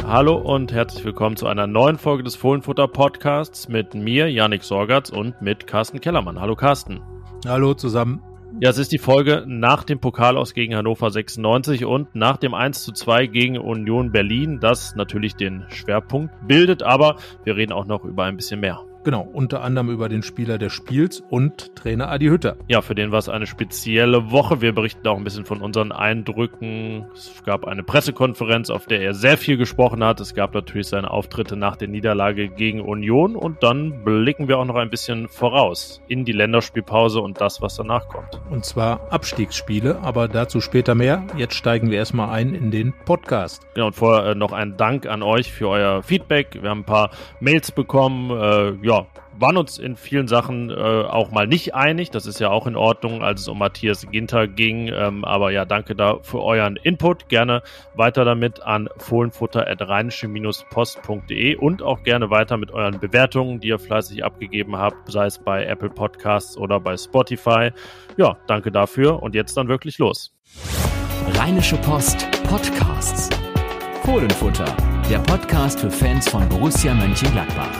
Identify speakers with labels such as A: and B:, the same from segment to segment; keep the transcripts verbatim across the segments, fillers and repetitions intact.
A: Hallo und herzlich willkommen zu einer neuen Folge des Fohlenfutter Podcasts mit mir, Yannick Sorgatz, und mit Carsten Kellermann. Hallo Carsten.
B: Hallo zusammen.
A: Ja, es ist die Folge nach dem Pokal aus gegen Hannover sechsundneunzig und nach dem eins zu zwei gegen Union Berlin, das natürlich den Schwerpunkt bildet, aber wir reden auch noch über ein bisschen mehr.
B: Genau, unter anderem über den Spieler des Spiels und Trainer Adi Hütter.
A: Ja, für den war es eine spezielle Woche. Wir berichten auch ein bisschen von unseren Eindrücken. Es gab eine Pressekonferenz, auf der er sehr viel gesprochen hat. Es gab natürlich seine Auftritte nach der Niederlage gegen Union. Und dann blicken wir auch noch ein bisschen voraus in die Länderspielpause und das, was danach kommt.
B: Und zwar Abstiegsspiele, aber dazu später mehr. Jetzt steigen wir erstmal ein in den Podcast.
A: Genau, und vorher äh, noch ein Dank an euch für euer Feedback. Wir haben ein paar Mails bekommen, äh, ja, waren uns in vielen Sachen äh, auch mal nicht einig. Das ist ja auch in Ordnung, als es um Matthias Ginter ging. Ähm, aber ja, danke da für euren Input. Gerne weiter damit an fohlenfutter at rheinische post punkt de und auch gerne weiter mit euren Bewertungen, die ihr fleißig abgegeben habt, sei es bei Apple Podcasts oder bei Spotify. Ja, danke dafür und jetzt dann wirklich los.
C: Rheinische Post Podcasts. Fohlenfutter, der Podcast für Fans von Borussia Mönchengladbach.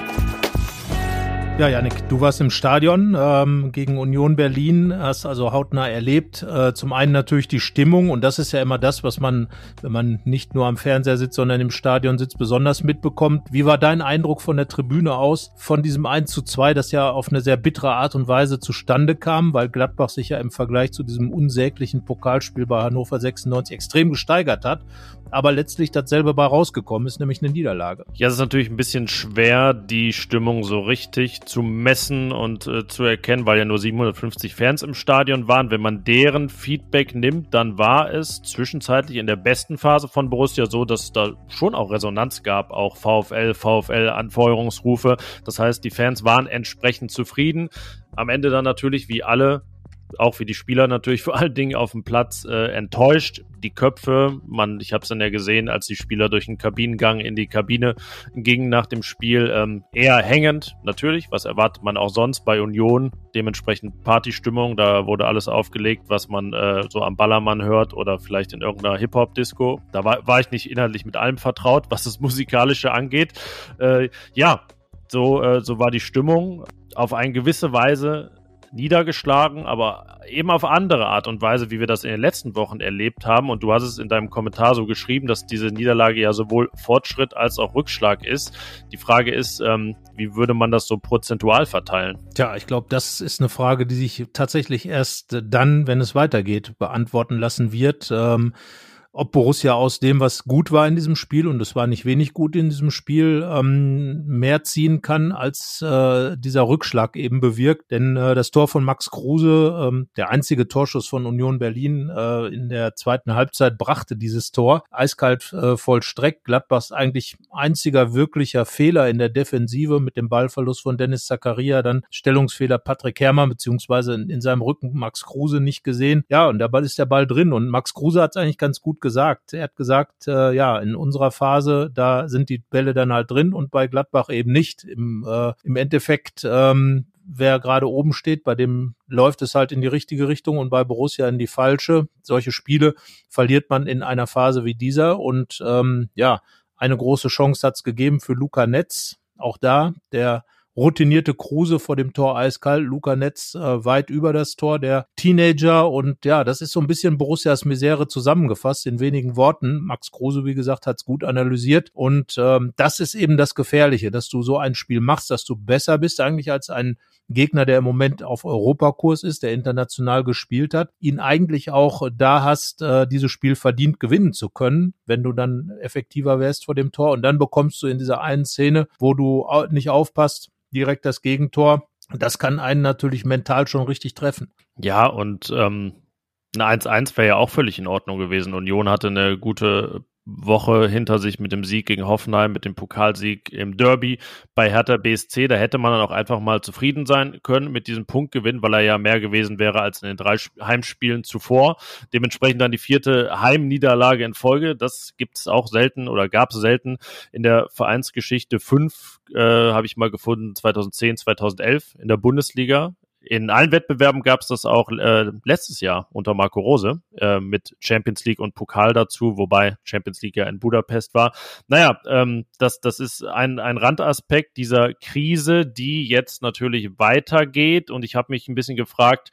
B: Ja, Yannick, du warst im Stadion ähm, gegen Union Berlin, hast also hautnah erlebt. Äh, zum einen natürlich die Stimmung, und das ist ja immer das, was man, wenn man nicht nur am Fernseher sitzt, sondern im Stadion sitzt, besonders mitbekommt. Wie war dein Eindruck von der Tribüne aus, von diesem eins zu zwei, das ja auf eine sehr bittere Art und Weise zustande kam, weil Gladbach sich ja im Vergleich zu diesem unsäglichen Pokalspiel bei Hannover sechsundneunzig extrem gesteigert hat, aber letztlich dasselbe bei rausgekommen ist, nämlich eine Niederlage.
A: Ja, es ist natürlich ein bisschen schwer, die Stimmung so richtig zu messen und äh, zu erkennen, weil ja nur siebenhundertfünfzig Fans im Stadion waren. Wenn man deren Feedback nimmt, dann war es zwischenzeitlich in der besten Phase von Borussia so, dass es da schon auch Resonanz gab, auch VfL, VfL-Anfeuerungsrufe. Das heißt, die Fans waren entsprechend zufrieden. Am Ende dann natürlich wie alle, auch wie die Spieler natürlich vor allen Dingen auf dem Platz äh, enttäuscht. Die Köpfe, man, ich habe es dann ja gesehen, als die Spieler durch den Kabinengang in die Kabine gingen nach dem Spiel, ähm, eher hängend. Natürlich, was erwartet man auch sonst bei Union? Dementsprechend Partystimmung, da wurde alles aufgelegt, was man äh, so am Ballermann hört oder vielleicht in irgendeiner Hip-Hop-Disco. Da war, war ich nicht inhaltlich mit allem vertraut, was das Musikalische angeht. Äh, ja, so, äh, so war die Stimmung auf eine gewisse Weise niedergeschlagen, aber eben auf andere Art und Weise, wie wir das in den letzten Wochen erlebt haben. Und du hast es in deinem Kommentar so geschrieben, dass diese Niederlage ja sowohl Fortschritt als auch Rückschlag ist. Die Frage ist, ähm, wie würde man das so prozentual verteilen?
B: Tja, ich glaube, das ist eine Frage, die sich tatsächlich erst dann, wenn es weitergeht, beantworten lassen wird. Ähm, Ob Borussia aus dem, was gut war in diesem Spiel, und es war nicht wenig gut in diesem Spiel, ähm, mehr ziehen kann, als äh, dieser Rückschlag eben bewirkt. Denn äh, das Tor von Max Kruse, ähm, der einzige Torschuss von Union Berlin äh, in der zweiten Halbzeit, brachte dieses Tor eiskalt äh, vollstreckt. Gladbachs eigentlich einziger wirklicher Fehler in der Defensive mit dem Ballverlust von Dennis Zakaria, dann Stellungsfehler Patrick Herrmann, beziehungsweise in, in seinem Rücken Max Kruse nicht gesehen. Ja, und der Ball ist der Ball drin, und Max Kruse hat es eigentlich ganz gut gesagt. Er hat gesagt, äh, ja, in unserer Phase, da sind die Bälle dann halt drin und bei Gladbach eben nicht. Im, äh, im Endeffekt, ähm, wer gerade oben steht, bei dem läuft es halt in die richtige Richtung und bei Borussia in die falsche. Solche Spiele verliert man in einer Phase wie dieser, und ähm, ja, eine große Chance hat es gegeben für Luca Netz. Auch da, der routinierte Kruse vor dem Tor eiskalt, Luca Netz äh, weit über das Tor, der Teenager, und ja, das ist so ein bisschen Borussias Misere zusammengefasst in wenigen Worten. Max Kruse, wie gesagt, hat es gut analysiert, und ähm, das ist eben das Gefährliche, dass du so ein Spiel machst, dass du besser bist eigentlich als ein Gegner, der im Moment auf Europakurs ist, der international gespielt hat, ihn eigentlich auch da hast, äh, dieses Spiel verdient gewinnen zu können, wenn du dann effektiver wärst vor dem Tor, und dann bekommst du in dieser einen Szene, wo du nicht aufpasst, direkt das Gegentor. Das kann einen natürlich mental schon richtig treffen.
A: Ja, und ähm, eine eins eins wäre ja auch völlig in Ordnung gewesen. Union hatte eine gute Woche hinter sich mit dem Sieg gegen Hoffenheim, mit dem Pokalsieg im Derby bei Hertha B S C. Da hätte man dann auch einfach mal zufrieden sein können mit diesem Punktgewinn, weil er ja mehr gewesen wäre als in den drei Heimspielen zuvor. Dementsprechend dann die vierte Heimniederlage in Folge. Das gibt es auch selten oder gab es selten in der Vereinsgeschichte. Fünf äh, habe ich mal gefunden, zweitausendzehn, zweitausendelf in der Bundesliga. In allen Wettbewerben gab es das auch äh, letztes Jahr unter Marco Rose äh, mit Champions League und Pokal dazu, wobei Champions League ja in Budapest war. Naja, ähm, das, das ist ein, ein Randaspekt dieser Krise, die jetzt natürlich weitergeht, und ich habe mich ein bisschen gefragt,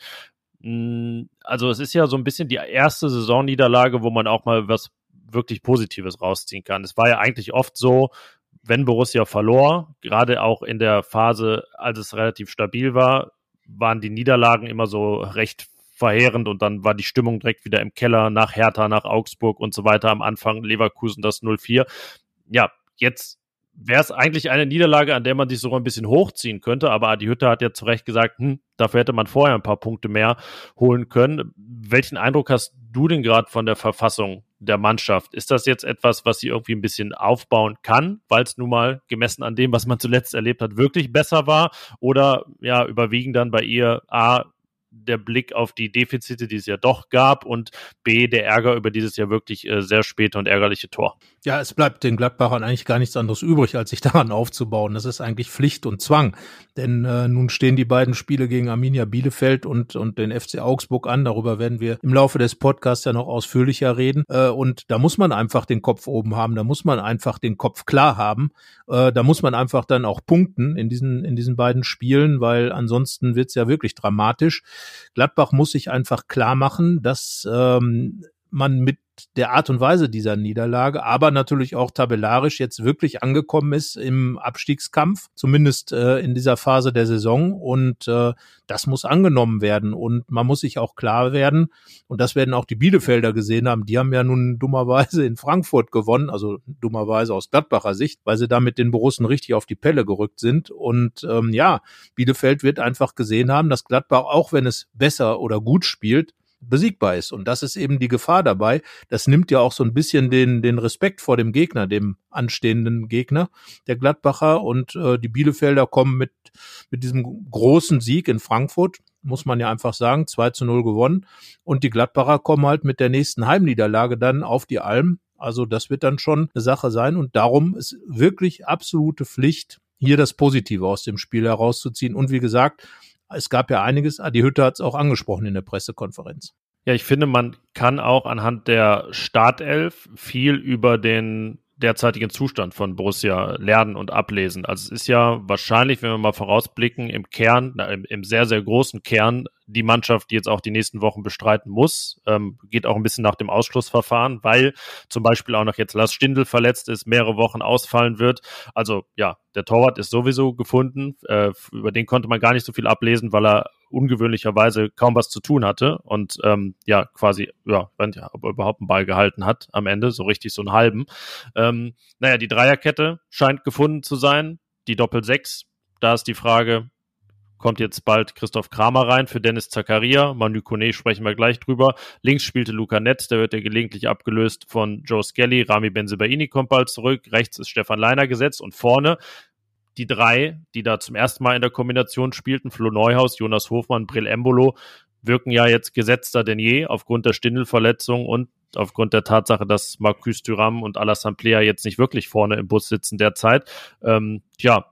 A: mh, also es ist ja so ein bisschen die erste Saisonniederlage, wo man auch mal was wirklich Positives rausziehen kann. Es war ja eigentlich oft so, wenn Borussia verlor, gerade auch in der Phase, als es relativ stabil war, waren die Niederlagen immer so recht verheerend, und dann war die Stimmung direkt wieder im Keller, nach Hertha, nach Augsburg und so weiter. Am Anfang Leverkusen das null vier. Ja, jetzt wäre es eigentlich eine Niederlage, an der man sich so ein bisschen hochziehen könnte, aber Adi Hütter hat ja zu Recht gesagt, hm, dafür hätte man vorher ein paar Punkte mehr holen können. Welchen Eindruck hast du denn gerade von der Verfassung der Mannschaft? Ist das jetzt etwas, was sie irgendwie ein bisschen aufbauen kann, weil es nun mal gemessen an dem, was man zuletzt erlebt hat, wirklich besser war? Oder ja, überwiegen dann bei ihr A, der Blick auf die Defizite, die es ja doch gab, und B, der Ärger über dieses ja wirklich äh, sehr späte und ärgerliche Tor?
B: Ja, es bleibt den Gladbachern eigentlich gar nichts anderes übrig, als sich daran aufzubauen. Das ist eigentlich Pflicht und Zwang. Denn äh, nun stehen die beiden Spiele gegen Arminia Bielefeld und, und den F C Augsburg an. Darüber werden wir im Laufe des Podcasts ja noch ausführlicher reden. Äh, und da muss man einfach den Kopf oben haben. Da muss man einfach den Kopf klar haben. Äh, da muss man einfach dann auch punkten in diesen, in diesen beiden Spielen, weil ansonsten wird's ja wirklich dramatisch. Gladbach muss sich einfach klar machen, dass ähm, man mit der Art und Weise dieser Niederlage, aber natürlich auch tabellarisch jetzt wirklich angekommen ist im Abstiegskampf, zumindest äh, in dieser Phase der Saison, und äh, das muss angenommen werden, und man muss sich auch klar werden, und das werden auch die Bielefelder gesehen haben, die haben ja nun dummerweise in Frankfurt gewonnen, also dummerweise aus Gladbacher Sicht, weil sie da mit den Borussen richtig auf die Pelle gerückt sind, und ähm, ja, Bielefeld wird einfach gesehen haben, dass Gladbach, auch wenn es besser oder gut spielt, besiegbar ist. Und das ist eben die Gefahr dabei. Das nimmt ja auch so ein bisschen den, den Respekt vor dem Gegner, dem anstehenden Gegner, der Gladbacher. Und äh, die Bielefelder kommen mit, mit diesem großen Sieg in Frankfurt, muss man ja einfach sagen, zwei zu null gewonnen. Und die Gladbacher kommen halt mit der nächsten Heimniederlage dann auf die Alm. Also das wird dann schon eine Sache sein. Und darum ist wirklich absolute Pflicht, hier das Positive aus dem Spiel herauszuziehen. Und wie gesagt, es gab ja einiges, Adi Hütter hat es auch angesprochen in der Pressekonferenz.
A: Ja, ich finde, man kann auch anhand der Startelf viel über den derzeitigen Zustand von Borussia lernen und ablesen. Also es ist ja wahrscheinlich, wenn wir mal vorausblicken, im Kern, na, im, im sehr, sehr großen Kern, die Mannschaft, die jetzt auch die nächsten Wochen bestreiten muss, ähm, geht auch ein bisschen nach dem Ausschlussverfahren, weil zum Beispiel auch noch jetzt Lars Stindl verletzt ist, mehrere Wochen ausfallen wird. Also ja, der Torwart ist sowieso gefunden. Äh, über den konnte man gar nicht so viel ablesen, weil er ungewöhnlicherweise kaum was zu tun hatte und ähm, ja, quasi, ja, ob er überhaupt einen Ball gehalten hat am Ende, so richtig so einen halben. Ähm, naja, die Dreierkette scheint gefunden zu sein, die Doppel-Sechs, da ist die Frage, kommt jetzt bald Christoph Kramer rein für Dennis Zakaria, Manu Kone sprechen wir gleich drüber. Links spielte Luca Netz, der wird ja gelegentlich abgelöst von Joe Skelly, Rami Bensebaini kommt bald zurück, rechts ist Stefan Leiner gesetzt und vorne die drei, die da zum ersten Mal in der Kombination spielten, Flo Neuhaus, Jonas Hofmann, Breel Embolo, wirken ja jetzt gesetzter denn je aufgrund der Stindl-Verletzung und aufgrund der Tatsache, dass Marcus Thuram und Alassane Plea jetzt nicht wirklich vorne im Bus sitzen derzeit. Ähm, tja,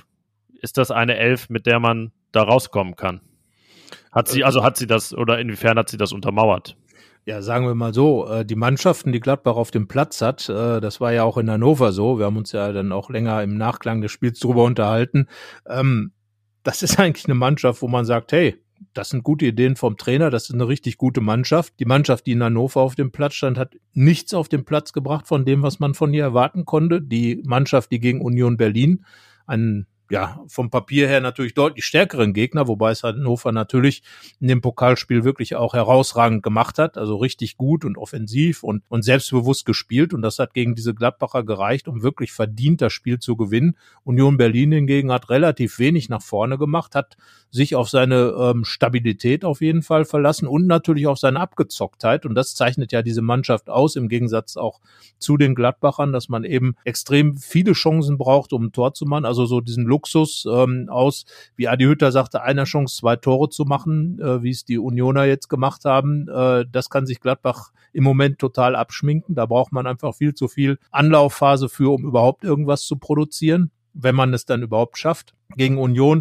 A: ist das eine Elf, mit der man da rauskommen kann? Hat sie, also hat sie das, oder inwiefern hat sie das untermauert?
B: Ja, sagen wir mal so, die Mannschaften, die Gladbach auf dem Platz hat, das war ja auch in Hannover so, wir haben uns ja dann auch länger im Nachklang des Spiels drüber unterhalten, das ist eigentlich eine Mannschaft, wo man sagt, hey, das sind gute Ideen vom Trainer, das ist eine richtig gute Mannschaft. Die Mannschaft, die in Hannover auf dem Platz stand, hat nichts auf den Platz gebracht von dem, was man von ihr erwarten konnte. Die Mannschaft, die gegen Union Berlin einen ja, vom Papier her natürlich deutlich stärkeren Gegner, wobei es Hannover natürlich in dem Pokalspiel wirklich auch herausragend gemacht hat, also richtig gut und offensiv und, und selbstbewusst gespielt, und das hat gegen diese Gladbacher gereicht, um wirklich verdient das Spiel zu gewinnen. Union Berlin hingegen hat relativ wenig nach vorne gemacht, hat sich auf seine ähm, Stabilität auf jeden Fall verlassen und natürlich auf seine Abgezocktheit, und das zeichnet ja diese Mannschaft aus, im Gegensatz auch zu den Gladbachern, dass man eben extrem viele Chancen braucht, um ein Tor zu machen, also so diesen Luxus ähm, aus, wie Adi Hütter sagte, einer Chance zwei Tore zu machen, äh, wie es die Unioner jetzt gemacht haben, äh, das kann sich Gladbach im Moment total abschminken. Da braucht man einfach viel zu viel Anlaufphase für, um überhaupt irgendwas zu produzieren, wenn man es dann überhaupt schafft. Gegen Union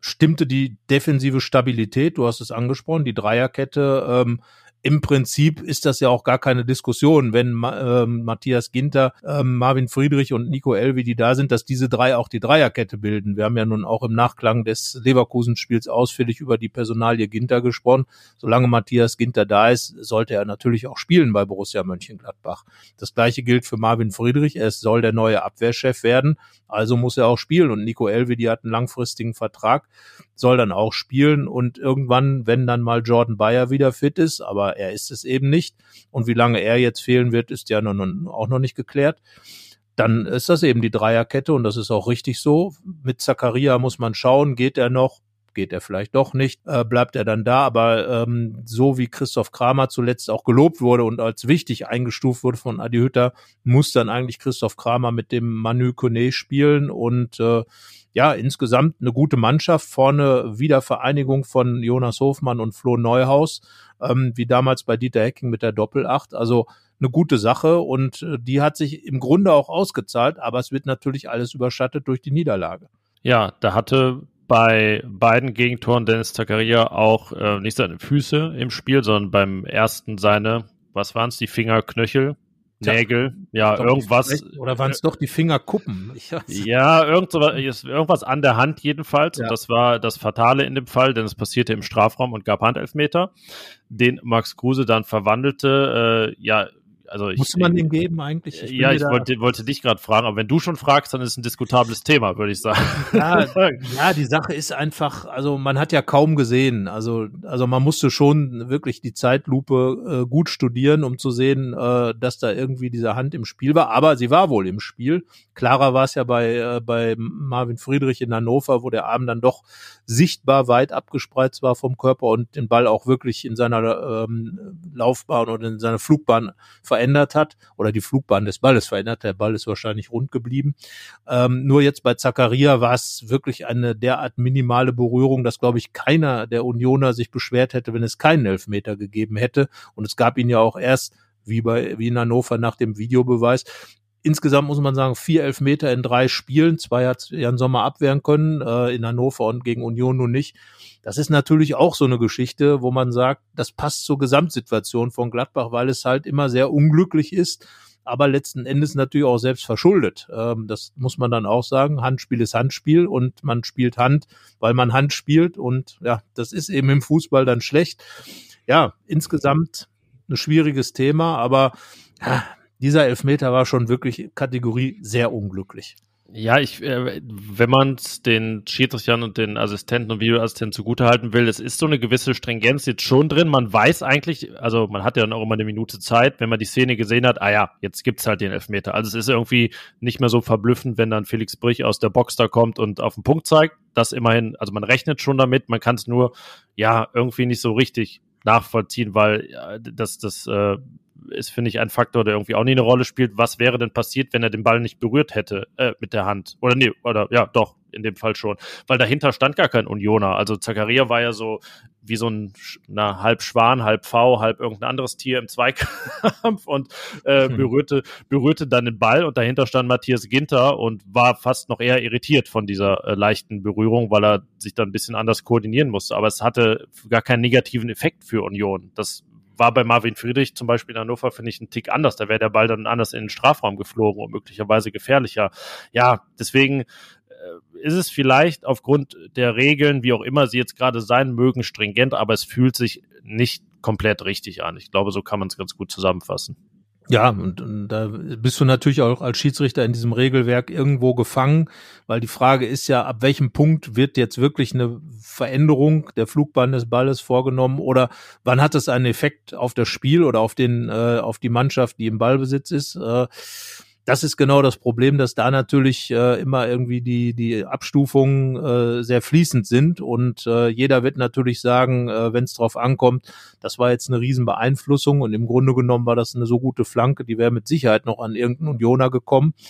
B: stimmte die defensive Stabilität, du hast es angesprochen, die Dreierkette, ähm, im Prinzip ist das ja auch gar keine Diskussion, wenn äh, Matthias Ginter, äh, Marvin Friedrich und Nico Elvedi da sind, dass diese drei auch die Dreierkette bilden. Wir haben ja nun auch im Nachklang des Leverkusen-Spiels ausführlich über die Personalie Ginter gesprochen. Solange Matthias Ginter da ist, sollte er natürlich auch spielen bei Borussia Mönchengladbach. Das Gleiche gilt für Marvin Friedrich. Er soll der neue Abwehrchef werden, also muss er auch spielen. Und Nico Elvedi hat einen langfristigen Vertrag, soll dann auch spielen. Und irgendwann, wenn dann mal Jordan Bayer wieder fit ist, aber er ist es eben nicht. Und wie lange er jetzt fehlen wird, ist ja noch, auch noch nicht geklärt. Dann ist das eben die Dreierkette und das ist auch richtig so. Mit Zakaria muss man schauen, geht er noch? Geht er vielleicht doch nicht, äh, bleibt er dann da, aber ähm, so wie Christoph Kramer zuletzt auch gelobt wurde und als wichtig eingestuft wurde von Adi Hütter, muss dann eigentlich Christoph Kramer mit dem Manu Koné spielen und äh, ja, insgesamt eine gute Mannschaft, vorne Wiedervereinigung von Jonas Hofmann und Flo Neuhaus, ähm, wie damals bei Dieter Hecking mit der Doppelacht, also eine gute Sache und äh, die hat sich im Grunde auch ausgezahlt, aber es wird natürlich alles überschattet durch die Niederlage.
A: Ja, da hatte bei beiden Gegentoren Dennis Zakaria auch äh, nicht seine Füße im Spiel, sondern beim ersten seine, was waren es, die Finger, Knöchel, Nägel, ja,
B: doch
A: irgendwas.
B: Oder waren es doch die Fingerkuppen? Ich weiß.
A: Ja, irgend so, irgendwas an der Hand jedenfalls. Ja. Und das war das Fatale in dem Fall, denn es passierte im Strafraum und gab Handelfmeter, den Max Kruse dann verwandelte. Äh, ja, Also ich,
B: Musste man den geben eigentlich?
A: Ich ja, ich wollte, wollte dich gerade fragen, aber wenn du schon fragst, dann ist es ein diskutables Thema, würde ich sagen.
B: Ja, ja, die Sache ist einfach, also man hat ja kaum gesehen, also also man musste schon wirklich die Zeitlupe äh, gut studieren, um zu sehen, äh, dass da irgendwie diese Hand im Spiel war, aber sie war wohl im Spiel. Klarer war es ja bei äh, bei Marvin Friedrich in Hannover, wo der Arm dann doch sichtbar weit abgespreizt war vom Körper und den Ball auch wirklich in seiner ähm, Laufbahn oder in seiner Flugbahn verändert hat oder die Flugbahn des Balles verändert. Der Ball ist wahrscheinlich rund geblieben. Ähm, nur jetzt bei Zakaria war es wirklich eine derart minimale Berührung, dass, glaube ich, keiner der Unioner sich beschwert hätte, wenn es keinen Elfmeter gegeben hätte. Und es gab ihn ja auch erst, wie bei wie in Hannover, nach dem Videobeweis. Insgesamt muss man sagen, vier Elfmeter in drei Spielen. Zwei hat Jan Sommer abwehren können, äh, in Hannover und gegen Union nun nicht. Das ist natürlich auch so eine Geschichte, wo man sagt, das passt zur Gesamtsituation von Gladbach, weil es halt immer sehr unglücklich ist, aber letzten Endes natürlich auch selbst verschuldet. Ähm, das muss man dann auch sagen. Handspiel ist Handspiel und man spielt Hand, weil man Hand spielt und ja, das ist eben im Fußball dann schlecht. Ja, insgesamt ein schwieriges Thema, aber ja, dieser Elfmeter war schon wirklich Kategorie sehr unglücklich.
A: Ja, ich, äh, wenn man es den Schiedsrichtern und den Assistenten und Videoassistenten zugutehalten will, es ist so eine gewisse Stringenz jetzt schon drin. Man weiß eigentlich, also man hat ja dann auch immer eine Minute Zeit, wenn man die Szene gesehen hat, ah ja, jetzt gibt's halt den Elfmeter. Also es ist irgendwie nicht mehr so verblüffend, wenn dann Felix Brich aus der Box da kommt und auf den Punkt zeigt. Das immerhin, also man rechnet schon damit, man kann es nur, ja, irgendwie nicht so richtig nachvollziehen, weil ja, das, das, äh, ist, finde ich, ein Faktor, der irgendwie auch nie eine Rolle spielt. Was wäre denn passiert, wenn er den Ball nicht berührt hätte äh, mit der Hand? Oder nee, oder ja, doch, in dem Fall schon. Weil dahinter stand gar kein Unioner. Also Zakaria war ja so wie so ein na, halb Schwan, halb V, halb irgendein anderes Tier im Zweikampf und äh, hm. berührte, berührte dann den Ball und dahinter stand Matthias Ginter und war fast noch eher irritiert von dieser äh, leichten Berührung, weil er sich dann ein bisschen anders koordinieren musste. Aber es hatte gar keinen negativen Effekt für Union. Das war bei Marvin Friedrich zum Beispiel in Hannover, finde ich, ein Tick anders. Da wäre der Ball dann anders in den Strafraum geflogen und möglicherweise gefährlicher. Ja, deswegen äh, ist es vielleicht aufgrund der Regeln, wie auch immer sie jetzt gerade sein mögen, stringent, aber es fühlt sich nicht komplett richtig an. Ich glaube, so kann man es ganz gut zusammenfassen.
B: Ja, und, und da bist du natürlich auch als Schiedsrichter in diesem Regelwerk irgendwo gefangen, weil die Frage ist ja, ab welchem Punkt wird jetzt wirklich eine Veränderung der Flugbahn des Balles vorgenommen oder wann hat es einen Effekt auf das Spiel oder auf den äh, auf die Mannschaft, die im Ballbesitz ist? Äh, Das ist genau das Problem, dass da natürlich äh, immer irgendwie die die Abstufungen äh, sehr fließend sind und äh, jeder wird natürlich sagen, äh, wenn es drauf ankommt, das war jetzt eine Riesenbeeinflussung und im Grunde genommen war das eine so gute Flanke, die wäre mit Sicherheit noch an irgendeinen Unioner gekommen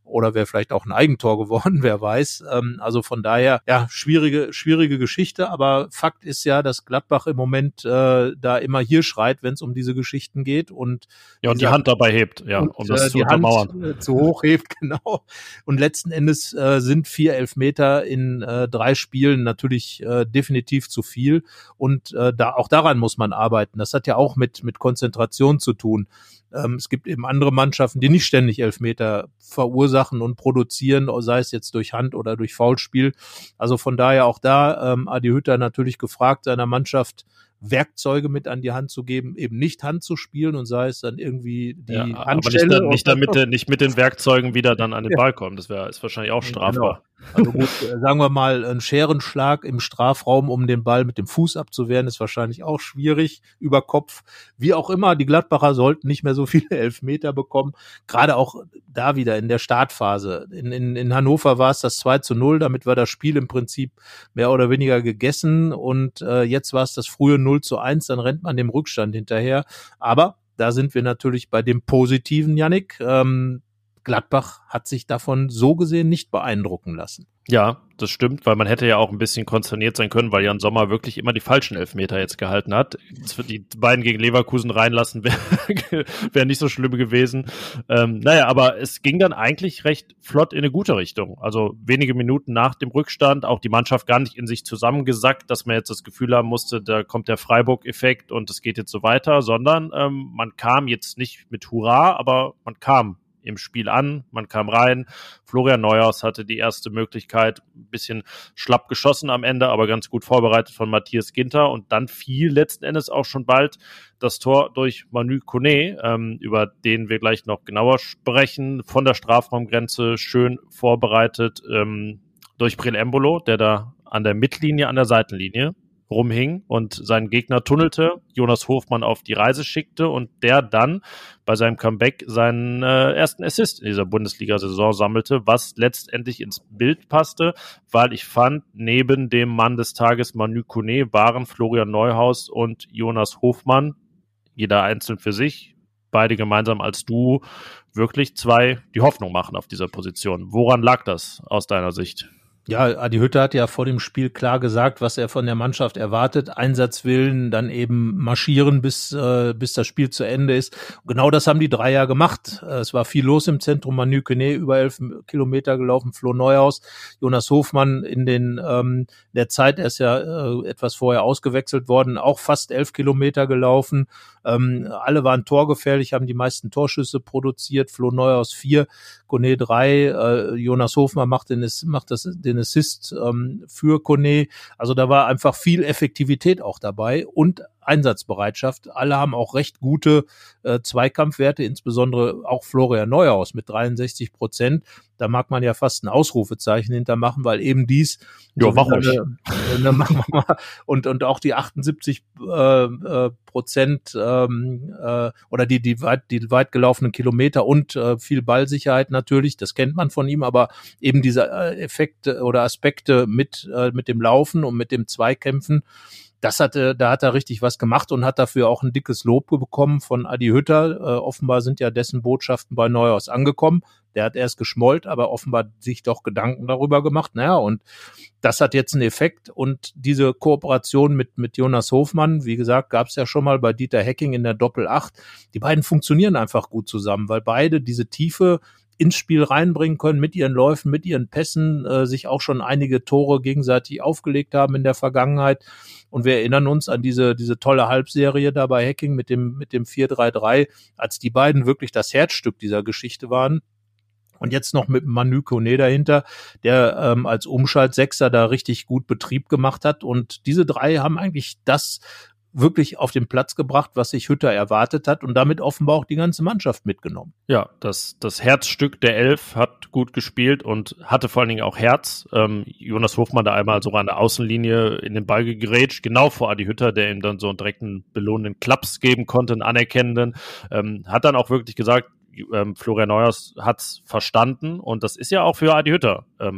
B: oder wäre vielleicht auch ein Eigentor geworden, wer weiß. Ähm, also von daher, ja, schwierige, schwierige Geschichte, aber Fakt ist ja, dass Gladbach im Moment äh, da immer hier schreit, wenn es um diese Geschichten geht und
A: ja, und die Hand dabei hebt, ja,
B: und,
A: um das
B: äh,
A: zu
B: die
A: untermauern.
B: Hand äh, zu hoch hebt, genau. Und letzten Endes äh, sind vier Elfmeter in äh, drei Spielen natürlich äh, definitiv zu viel und äh, da auch daran muss man arbeiten. Das hat ja auch mit mit Konzentration zu tun. Ähm, es gibt eben andere Mannschaften, die nicht ständig Elfmeter verursachen und produzieren, sei es jetzt durch Hand oder durch Foulspiel. Also von daher auch da ähm, Adi Hütter natürlich gefragt, seiner Mannschaft Werkzeuge mit an die Hand zu geben, eben nicht Hand zu spielen und sei es dann irgendwie die
A: ja,
B: Handstelle.
A: Aber nicht, dann, nicht, damit, nicht mit den Werkzeugen wieder dann an den ja. Ball kommen. Das wäre ist wahrscheinlich auch strafbar.
B: Genau. Also gut, sagen wir mal, ein Scherenschlag im Strafraum, um den Ball mit dem Fuß abzuwehren, ist wahrscheinlich auch schwierig über Kopf. Wie auch immer, die Gladbacher sollten nicht mehr so viele Elfmeter bekommen. Gerade auch da wieder in der Startphase. In, in, in Hannover war es das zwei zu null, damit war das Spiel im Prinzip mehr oder weniger gegessen und äh, jetzt war es das frühe null zu eins, dann rennt man dem Rückstand hinterher. Aber da sind wir natürlich bei dem Positiven, Yannick. Ähm, Gladbach hat sich davon so gesehen nicht beeindrucken lassen.
A: Ja, das stimmt, weil man hätte ja auch ein bisschen konsterniert sein können, weil Jan Sommer wirklich immer die falschen Elfmeter jetzt gehalten hat. Die beiden gegen Leverkusen reinlassen wäre wär nicht so schlimm gewesen. Ähm, naja, aber es ging dann eigentlich recht flott in eine gute Richtung. Also wenige Minuten nach dem Rückstand, auch die Mannschaft gar nicht in sich zusammengesackt, dass man jetzt das Gefühl haben musste, da kommt der Freiburg-Effekt und es geht jetzt so weiter, sondern ähm, man kam jetzt nicht mit Hurra, aber man kam im Spiel an, man kam rein, Florian Neuhaus hatte die erste Möglichkeit, ein bisschen schlapp geschossen am Ende, aber ganz gut vorbereitet von Matthias Ginter und dann fiel letzten Endes auch schon bald das Tor durch Manu Koné, ähm, über den wir gleich noch genauer sprechen, von der Strafraumgrenze schön vorbereitet ähm, durch Breel Embolo, der da an der Mittellinie, an der Seitenlinie rumhing und seinen Gegner tunnelte, Jonas Hofmann auf die Reise schickte und der dann bei seinem Comeback seinen äh, ersten Assist in dieser Bundesliga-Saison sammelte, was letztendlich ins Bild passte, weil ich fand, neben dem Mann des Tages Manu Koné waren Florian Neuhaus und Jonas Hofmann, jeder einzeln für sich, beide gemeinsam als Duo, wirklich zwei, die Hoffnung machen auf dieser Position. Woran lag das aus deiner Sicht?
B: Ja, Adi Hütter hat ja vor dem Spiel klar gesagt, was er von der Mannschaft erwartet. Einsatzwillen, dann eben marschieren, bis äh, bis das Spiel zu Ende ist. Genau das haben die drei ja gemacht. Es war viel los im Zentrum. Manu Koné über elf Kilometer gelaufen, Flo Neuhaus, Jonas Hofmann in den ähm, der Zeit, er ist ja äh, etwas vorher ausgewechselt worden, auch fast elf Kilometer gelaufen. Ähm, alle waren torgefährlich, haben die meisten Torschüsse produziert. Flo Neuhaus vier, Koné drei, äh, Jonas Hofmann macht den macht das den Assist ähm, für Koné. Also da war einfach viel Effektivität auch dabei und Einsatzbereitschaft. Alle haben auch recht gute äh, Zweikampfwerte, insbesondere auch Florian Neuhaus mit dreiundsechzig Prozent. Da mag man ja fast ein Ausrufezeichen hintermachen, weil eben dies
A: ja, mach ruhig.
B: Äh, ne, machen wir mal. Und, und auch die achtundsiebzig äh, äh, Prozent ähm, äh, oder die, die, weit, die weit gelaufenen Kilometer und äh, viel Ballsicherheit natürlich, das kennt man von ihm, aber eben diese äh, Effekte oder Aspekte mit, äh, mit dem Laufen und mit dem Zweikämpfen, das hatte, da hat er richtig was gemacht und hat dafür auch ein dickes Lob bekommen von Adi Hütter. Äh, offenbar sind ja dessen Botschaften bei Neuhaus angekommen. Der hat erst geschmollt, aber offenbar sich doch Gedanken darüber gemacht. Naja, und das hat jetzt einen Effekt. Und diese Kooperation mit, mit Jonas Hofmann, wie gesagt, gab es ja schon mal bei Dieter Hecking in der Doppel acht. Die beiden funktionieren einfach gut zusammen, weil beide diese Tiefe ins Spiel reinbringen können, mit ihren Läufen, mit ihren Pässen, äh, sich auch schon einige Tore gegenseitig aufgelegt haben in der Vergangenheit. Und wir erinnern uns an diese diese tolle Halbserie da bei Hecking mit dem mit dem vier drei drei, als die beiden wirklich das Herzstück dieser Geschichte waren. Und jetzt noch mit Manu Koné dahinter, der ähm, als Umschaltsechser da richtig gut Betrieb gemacht hat. Und diese drei haben eigentlich das wirklich auf den Platz gebracht, was sich Hütter erwartet hat und damit offenbar auch die ganze Mannschaft mitgenommen.
A: Ja, das, das Herzstück der Elf hat gut gespielt und hatte vor allen Dingen auch Herz. Ähm, Jonas Hofmann da einmal sogar an der Außenlinie in den Ball gegrätscht, genau vor Adi Hütter, der ihm dann so einen direkten belohnenden Klaps geben konnte, einen anerkennenden. Ähm, hat dann auch wirklich gesagt, ähm, Florian Neuhaus hat's verstanden und das ist ja auch für Adi Hütter ähm,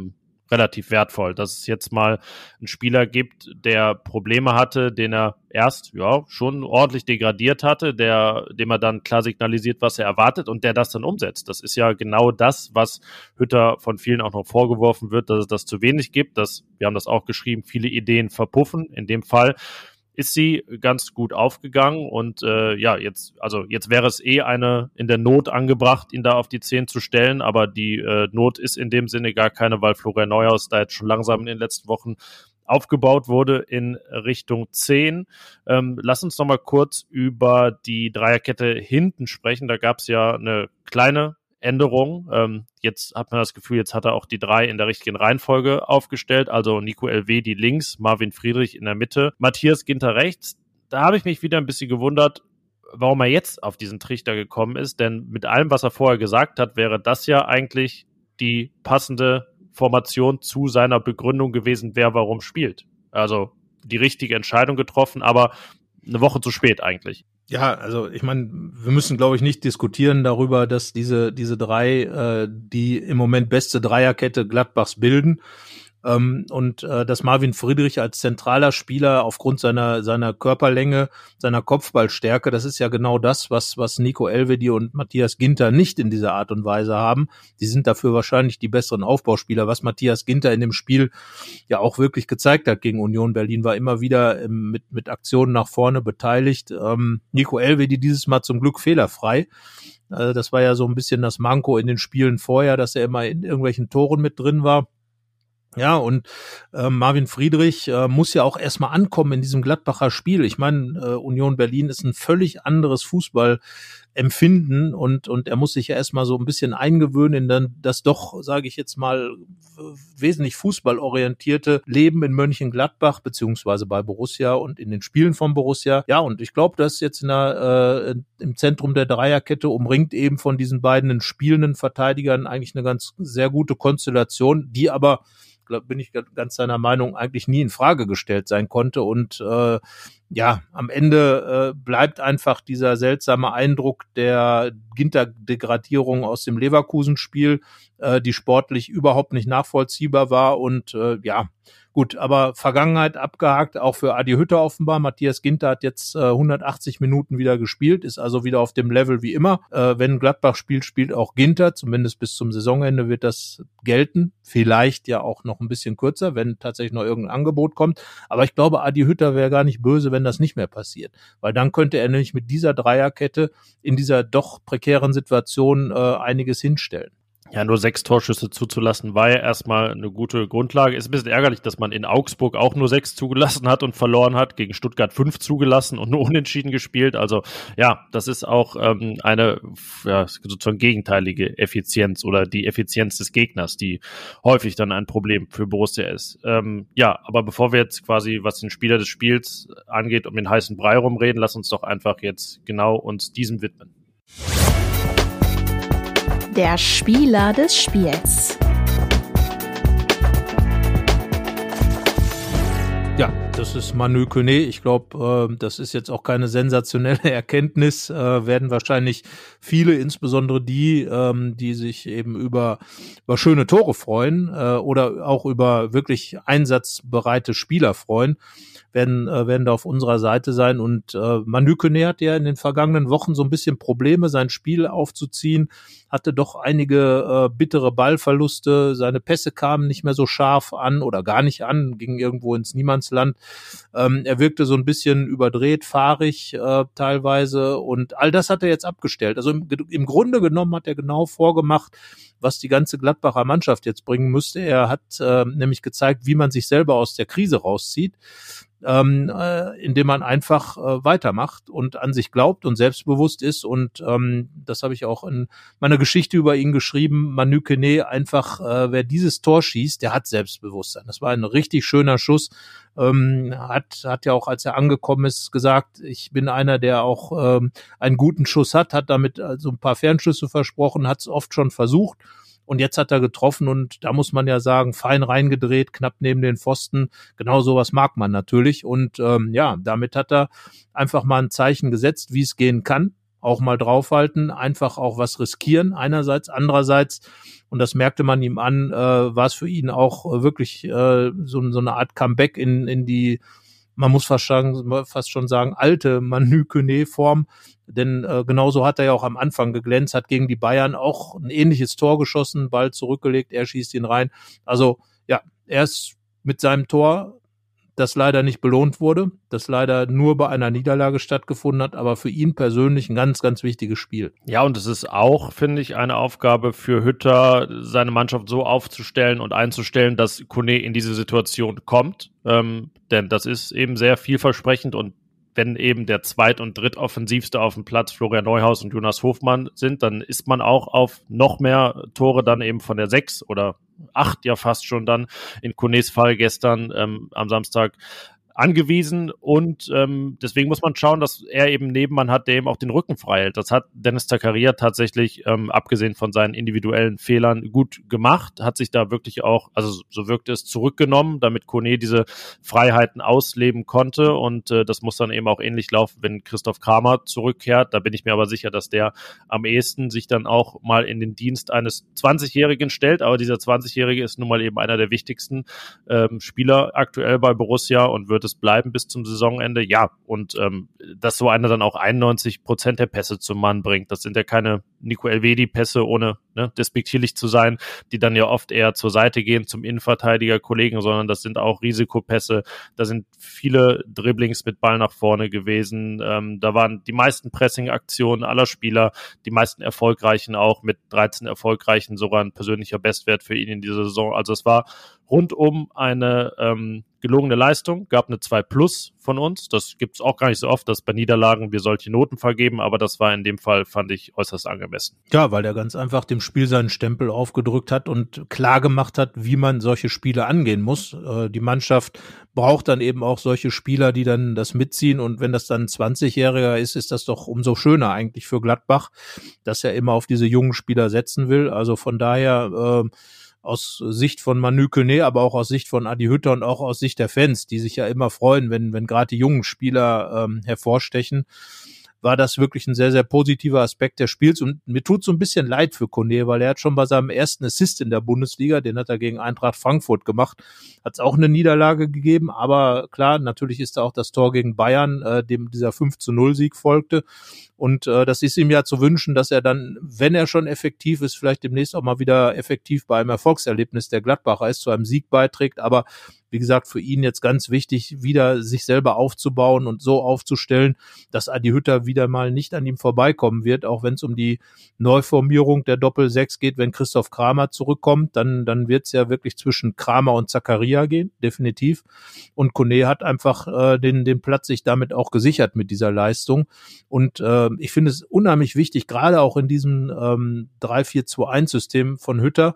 A: relativ wertvoll, dass es jetzt mal einen Spieler gibt, der Probleme hatte, den er erst ja schon ordentlich degradiert hatte, der, dem er dann klar signalisiert, was er erwartet und der das dann umsetzt. Das ist ja genau das, was Hütter von vielen auch noch vorgeworfen wird, dass es das zu wenig gibt, dass, wir haben das auch geschrieben, viele Ideen verpuffen. In dem Fall ist sie ganz gut aufgegangen und äh, ja, jetzt, also jetzt wäre es eh eine in der Not angebracht, ihn da auf die zehn zu stellen, aber die äh, Not ist in dem Sinne gar keine, weil Florian Neuhaus da jetzt schon langsam in den letzten Wochen aufgebaut wurde in Richtung zehn. Ähm, lass uns noch mal kurz über die Dreierkette hinten sprechen. Da gab es ja eine kleine Änderung. Ähm, jetzt hat man das Gefühl, jetzt hat er auch die drei in der richtigen Reihenfolge aufgestellt. Also Nico Elvedi links, Marvin Friedrich in der Mitte, Matthias Ginter rechts. Da habe ich mich wieder ein bisschen gewundert, warum er jetzt auf diesen Trichter gekommen ist. Denn mit allem, was er vorher gesagt hat, wäre das ja eigentlich die passende Formation zu seiner Begründung gewesen, wer warum spielt. Also die richtige Entscheidung getroffen, aber eine Woche zu spät eigentlich.
B: Ja, also ich meine, wir müssen, glaube ich, nicht diskutieren darüber, dass diese diese drei äh, die im Moment beste Dreierkette Gladbachs bilden. Ähm, und äh, dass Marvin Friedrich als zentraler Spieler aufgrund seiner seiner Körperlänge, seiner Kopfballstärke, das ist ja genau das, was was Nico Elvedi und Matthias Ginter nicht in dieser Art und Weise haben. Die sind dafür wahrscheinlich die besseren Aufbauspieler. Was Matthias Ginter in dem Spiel ja auch wirklich gezeigt hat gegen Union Berlin, war immer wieder ähm, mit mit Aktionen nach vorne beteiligt. Ähm, Nico Elvedi dieses Mal zum Glück fehlerfrei. Also das war ja so ein bisschen das Manko in den Spielen vorher, dass er immer in irgendwelchen Toren mit drin war. Ja, und äh, Marvin Friedrich äh, muss ja auch erstmal ankommen in diesem Gladbacher Spiel. Ich meine, äh, Union Berlin ist ein völlig anderes Fußballempfinden und und er muss sich ja erstmal so ein bisschen eingewöhnen in dann das doch, sage ich jetzt mal, wesentlich fußballorientierte Leben in Mönchengladbach beziehungsweise bei Borussia und in den Spielen von Borussia. Ja, und ich glaube, dass jetzt in der, äh, im Zentrum der Dreierkette umringt eben von diesen beiden spielenden Verteidigern eigentlich eine ganz sehr gute Konstellation, die aber, bin ich ganz seiner Meinung, eigentlich nie in Frage gestellt sein konnte. Und äh, ja, am Ende äh, bleibt einfach dieser seltsame Eindruck der Ginter-Degradierung aus dem Leverkusen-Spiel, äh, die sportlich überhaupt nicht nachvollziehbar war. Und äh, ja, gut, aber Vergangenheit abgehakt, auch für Adi Hütter offenbar. Matthias Ginter hat jetzt äh, hundertachtzig Minuten wieder gespielt, ist also wieder auf dem Level wie immer. Äh, wenn Gladbach spielt, spielt auch Ginter, zumindest bis zum Saisonende wird das gelten. Vielleicht ja auch noch ein bisschen kürzer, wenn tatsächlich noch irgendein Angebot kommt. Aber ich glaube, Adi Hütter wäre gar nicht böse, wenn das nicht mehr passiert. Weil dann könnte er nämlich mit dieser Dreierkette in dieser doch prekären Situation äh, einiges hinstellen.
A: Ja, nur sechs Torschüsse zuzulassen, war ja erstmal eine gute Grundlage. Ist ein bisschen ärgerlich, dass man in Augsburg auch nur sechs zugelassen hat und verloren hat, gegen Stuttgart fünf zugelassen und nur unentschieden gespielt. Also ja, das ist auch ähm, eine ja, sozusagen gegenteilige Effizienz oder die Effizienz des Gegners, die häufig dann ein Problem für Borussia ist. Ähm, ja, aber bevor wir jetzt quasi, was den Spieler des Spiels angeht, um den heißen Brei rumreden, lass uns doch einfach jetzt genau uns diesem widmen.
D: Der Spieler des Spiels.
B: Ja, das ist Manu Koné. Ich glaube, äh, das ist jetzt auch keine sensationelle Erkenntnis. Äh, werden wahrscheinlich viele, insbesondere die, ähm, die sich eben über, über schöne Tore freuen äh, oder auch über wirklich einsatzbereite Spieler freuen, werden äh, werden da auf unserer Seite sein. Und äh, Manu Koné hat ja in den vergangenen Wochen so ein bisschen Probleme, sein Spiel aufzuziehen, hatte doch einige äh, bittere Ballverluste, seine Pässe kamen nicht mehr so scharf an oder gar nicht an, gingen irgendwo ins Niemandsland. Ähm, er wirkte so ein bisschen überdreht, fahrig äh, teilweise und all das hat er jetzt abgestellt. Also im, im Grunde genommen hat er genau vorgemacht, was die ganze Gladbacher Mannschaft jetzt bringen müsste. Er hat äh, nämlich gezeigt, wie man sich selber aus der Krise rauszieht, ähm, äh, indem man einfach äh, weitermacht und an sich glaubt und selbstbewusst ist. Und ähm, das habe ich auch in meiner Geschichte über ihn geschrieben. Manu Koné, einfach, äh, wer dieses Tor schießt, der hat Selbstbewusstsein. Das war ein richtig schöner Schuss. Ähm, hat hat ja auch, als er angekommen ist, gesagt, ich bin einer, der auch ähm, einen guten Schuss hat, hat damit also ein paar Fernschüsse versprochen, hat es oft schon versucht. Und jetzt hat er getroffen und da muss man ja sagen, fein reingedreht, knapp neben den Pfosten. Genau sowas mag man natürlich. Und ähm, ja, damit hat er einfach mal ein Zeichen gesetzt, wie es gehen kann. Auch mal draufhalten, einfach auch was riskieren einerseits. Andererseits und das merkte man ihm an, äh, war es für ihn auch wirklich äh, so, so eine Art Comeback in, in die, man muss fast, sagen, fast schon sagen, alte Manu Kone-Form, denn äh, genauso hat er ja auch am Anfang geglänzt, hat gegen die Bayern auch ein ähnliches Tor geschossen, Ball zurückgelegt, er schießt ihn rein. Also ja, er ist mit seinem Tor, das leider nicht belohnt wurde, das leider nur bei einer Niederlage stattgefunden hat, aber für ihn persönlich ein ganz, ganz wichtiges Spiel.
A: Ja, und es ist auch, finde ich, eine Aufgabe für Hütter, seine Mannschaft so aufzustellen und einzustellen, dass Kone in diese Situation kommt, ähm, denn das ist eben sehr vielversprechend und wenn eben der zweit- und drittoffensivste auf dem Platz Florian Neuhaus und Jonas Hofmann sind, dann ist man auch auf noch mehr Tore dann eben von der sechs oder acht ja fast schon dann in Kones Fall gestern ähm, am Samstag angewiesen und ähm, deswegen muss man schauen, dass er eben Nebenmann hat, der eben auch den Rücken frei hält. Das hat Dennis Zakaria tatsächlich, ähm, abgesehen von seinen individuellen Fehlern, gut gemacht, hat sich da wirklich auch, also so wirkte es, zurückgenommen, damit Kone diese Freiheiten ausleben konnte und äh, das muss dann eben auch ähnlich laufen, wenn Christoph Kramer zurückkehrt. Da bin ich mir aber sicher, dass der am ehesten sich dann auch mal in den Dienst eines zwanzigjährigen stellt, aber dieser zwanzigjährige ist nun mal eben einer der wichtigsten ähm, Spieler aktuell bei Borussia und wird es bleiben bis zum Saisonende, ja, und ähm, dass so einer dann auch einundneunzig Prozent der Pässe zum Mann bringt, das sind ja keine Nico Elvedi-Pässe, ohne ne, despektierlich zu sein, die dann ja oft eher zur Seite gehen zum Innenverteidiger-Kollegen, sondern das sind auch Risikopässe, da sind viele Dribblings mit Ball nach vorne gewesen, ähm, da waren die meisten Pressing-Aktionen aller Spieler, die meisten erfolgreichen auch, mit dreizehn erfolgreichen sogar ein persönlicher Bestwert für ihn in dieser Saison, also es war rundum eine ähm, gelungene Leistung, gab eine zwei plus von uns, das gibt es auch gar nicht so oft, dass bei Niederlagen wir solche Noten vergeben, aber das war in dem Fall, fand ich, äußerst angemessen.
B: Ja, weil er ganz einfach dem Spiel seinen Stempel aufgedrückt hat und klar gemacht hat, wie man solche Spiele angehen muss. Äh, die Mannschaft braucht dann eben auch solche Spieler, die dann das mitziehen und wenn das dann ein zwanzigjähriger ist, ist das doch umso schöner eigentlich für Gladbach, dass er immer auf diese jungen Spieler setzen will, also von daher äh, aus Sicht von Manu Kone, aber auch aus Sicht von Adi Hütter und auch aus Sicht der Fans, die sich ja immer freuen, wenn wenn gerade die jungen Spieler ähm, hervorstechen, war das wirklich ein sehr, sehr positiver Aspekt des Spiels und mir tut so ein bisschen leid für Kone, weil er hat schon bei seinem ersten Assist in der Bundesliga, den hat er gegen Eintracht Frankfurt gemacht, hat es auch eine Niederlage gegeben, aber klar, natürlich ist da auch das Tor gegen Bayern, äh, dem dieser fünf zu null Sieg folgte und äh, das ist ihm ja zu wünschen, dass er dann, wenn er schon effektiv ist, vielleicht demnächst auch mal wieder effektiv bei einem Erfolgserlebnis der Gladbacher ist, zu einem Sieg beiträgt, aber wie gesagt, für ihn jetzt ganz wichtig, wieder sich selber aufzubauen und so aufzustellen, dass Adi Hütter wieder mal nicht an ihm vorbeikommen wird, auch wenn es um die Neuformierung der Doppel-Sechs geht. Wenn Christoph Kramer zurückkommt, dann dann wird es ja wirklich zwischen Kramer und Zakaria gehen, definitiv. Und Kone hat einfach äh, den den Platz sich damit auch gesichert mit dieser Leistung. Und äh, ich finde es unheimlich wichtig, gerade auch in diesem ähm, drei vier zwei eins System von Hütter,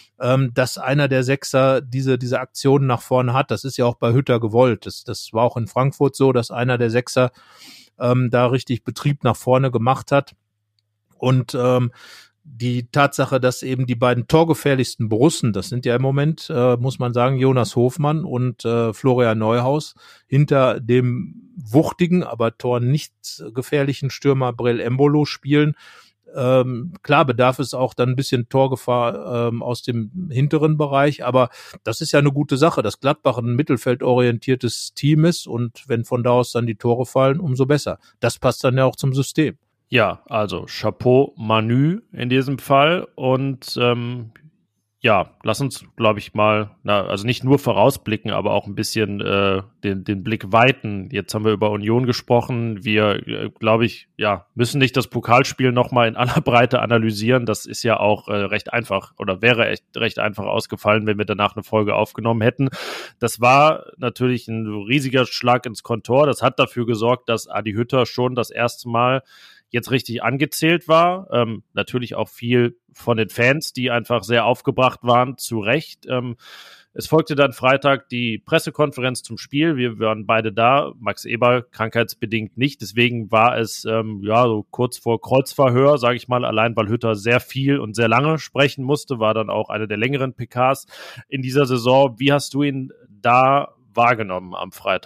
B: dass einer der Sechser diese diese Aktionen nach vorne hat. Das ist ja auch bei Hütter gewollt. Das, das war auch in Frankfurt so, dass einer der Sechser ähm, da richtig Betrieb nach vorne gemacht hat. Und ähm, die Tatsache, dass eben die beiden torgefährlichsten Borussen, das sind ja im Moment, äh, muss man sagen, Jonas Hofmann und äh, Florian Neuhaus, hinter dem wuchtigen, aber Tor nicht gefährlichen Stürmer Breel Embolo spielen. Ähm, klar bedarf es auch dann ein bisschen Torgefahr ähm, aus dem hinteren Bereich, aber das ist ja eine gute Sache, dass Gladbach ein mittelfeldorientiertes Team ist und wenn von da aus dann die Tore fallen, umso besser. Das passt dann ja auch zum System.
A: Ja, also Chapeau Manu in diesem Fall und ähm, ja, lass uns, glaube ich, mal, na, also nicht nur vorausblicken, aber auch ein bisschen äh, den, den Blick weiten. Jetzt haben wir über Union gesprochen. Wir, äh, glaube ich, ja, müssen nicht das Pokalspiel nochmal in aller Breite analysieren. Das ist ja auch äh, recht einfach oder wäre echt recht einfach ausgefallen, wenn wir danach eine Folge aufgenommen hätten. Das war natürlich ein riesiger Schlag ins Kontor. Das hat dafür gesorgt, dass Adi Hütter schon das erste Mal jetzt richtig angezählt war. Ähm, natürlich auch viel von den Fans, die einfach sehr aufgebracht waren, zu Recht. Ähm, es folgte dann Freitag die Pressekonferenz zum Spiel. Wir waren beide da, Max Eberl krankheitsbedingt nicht. Deswegen war es ähm, ja so kurz vor Kreuzverhör, sage ich mal, allein weil Hütter sehr viel und sehr lange sprechen musste, war dann auch eine der längeren P Ks in dieser Saison. Wie hast du ihn da wahrgenommen am Freitag?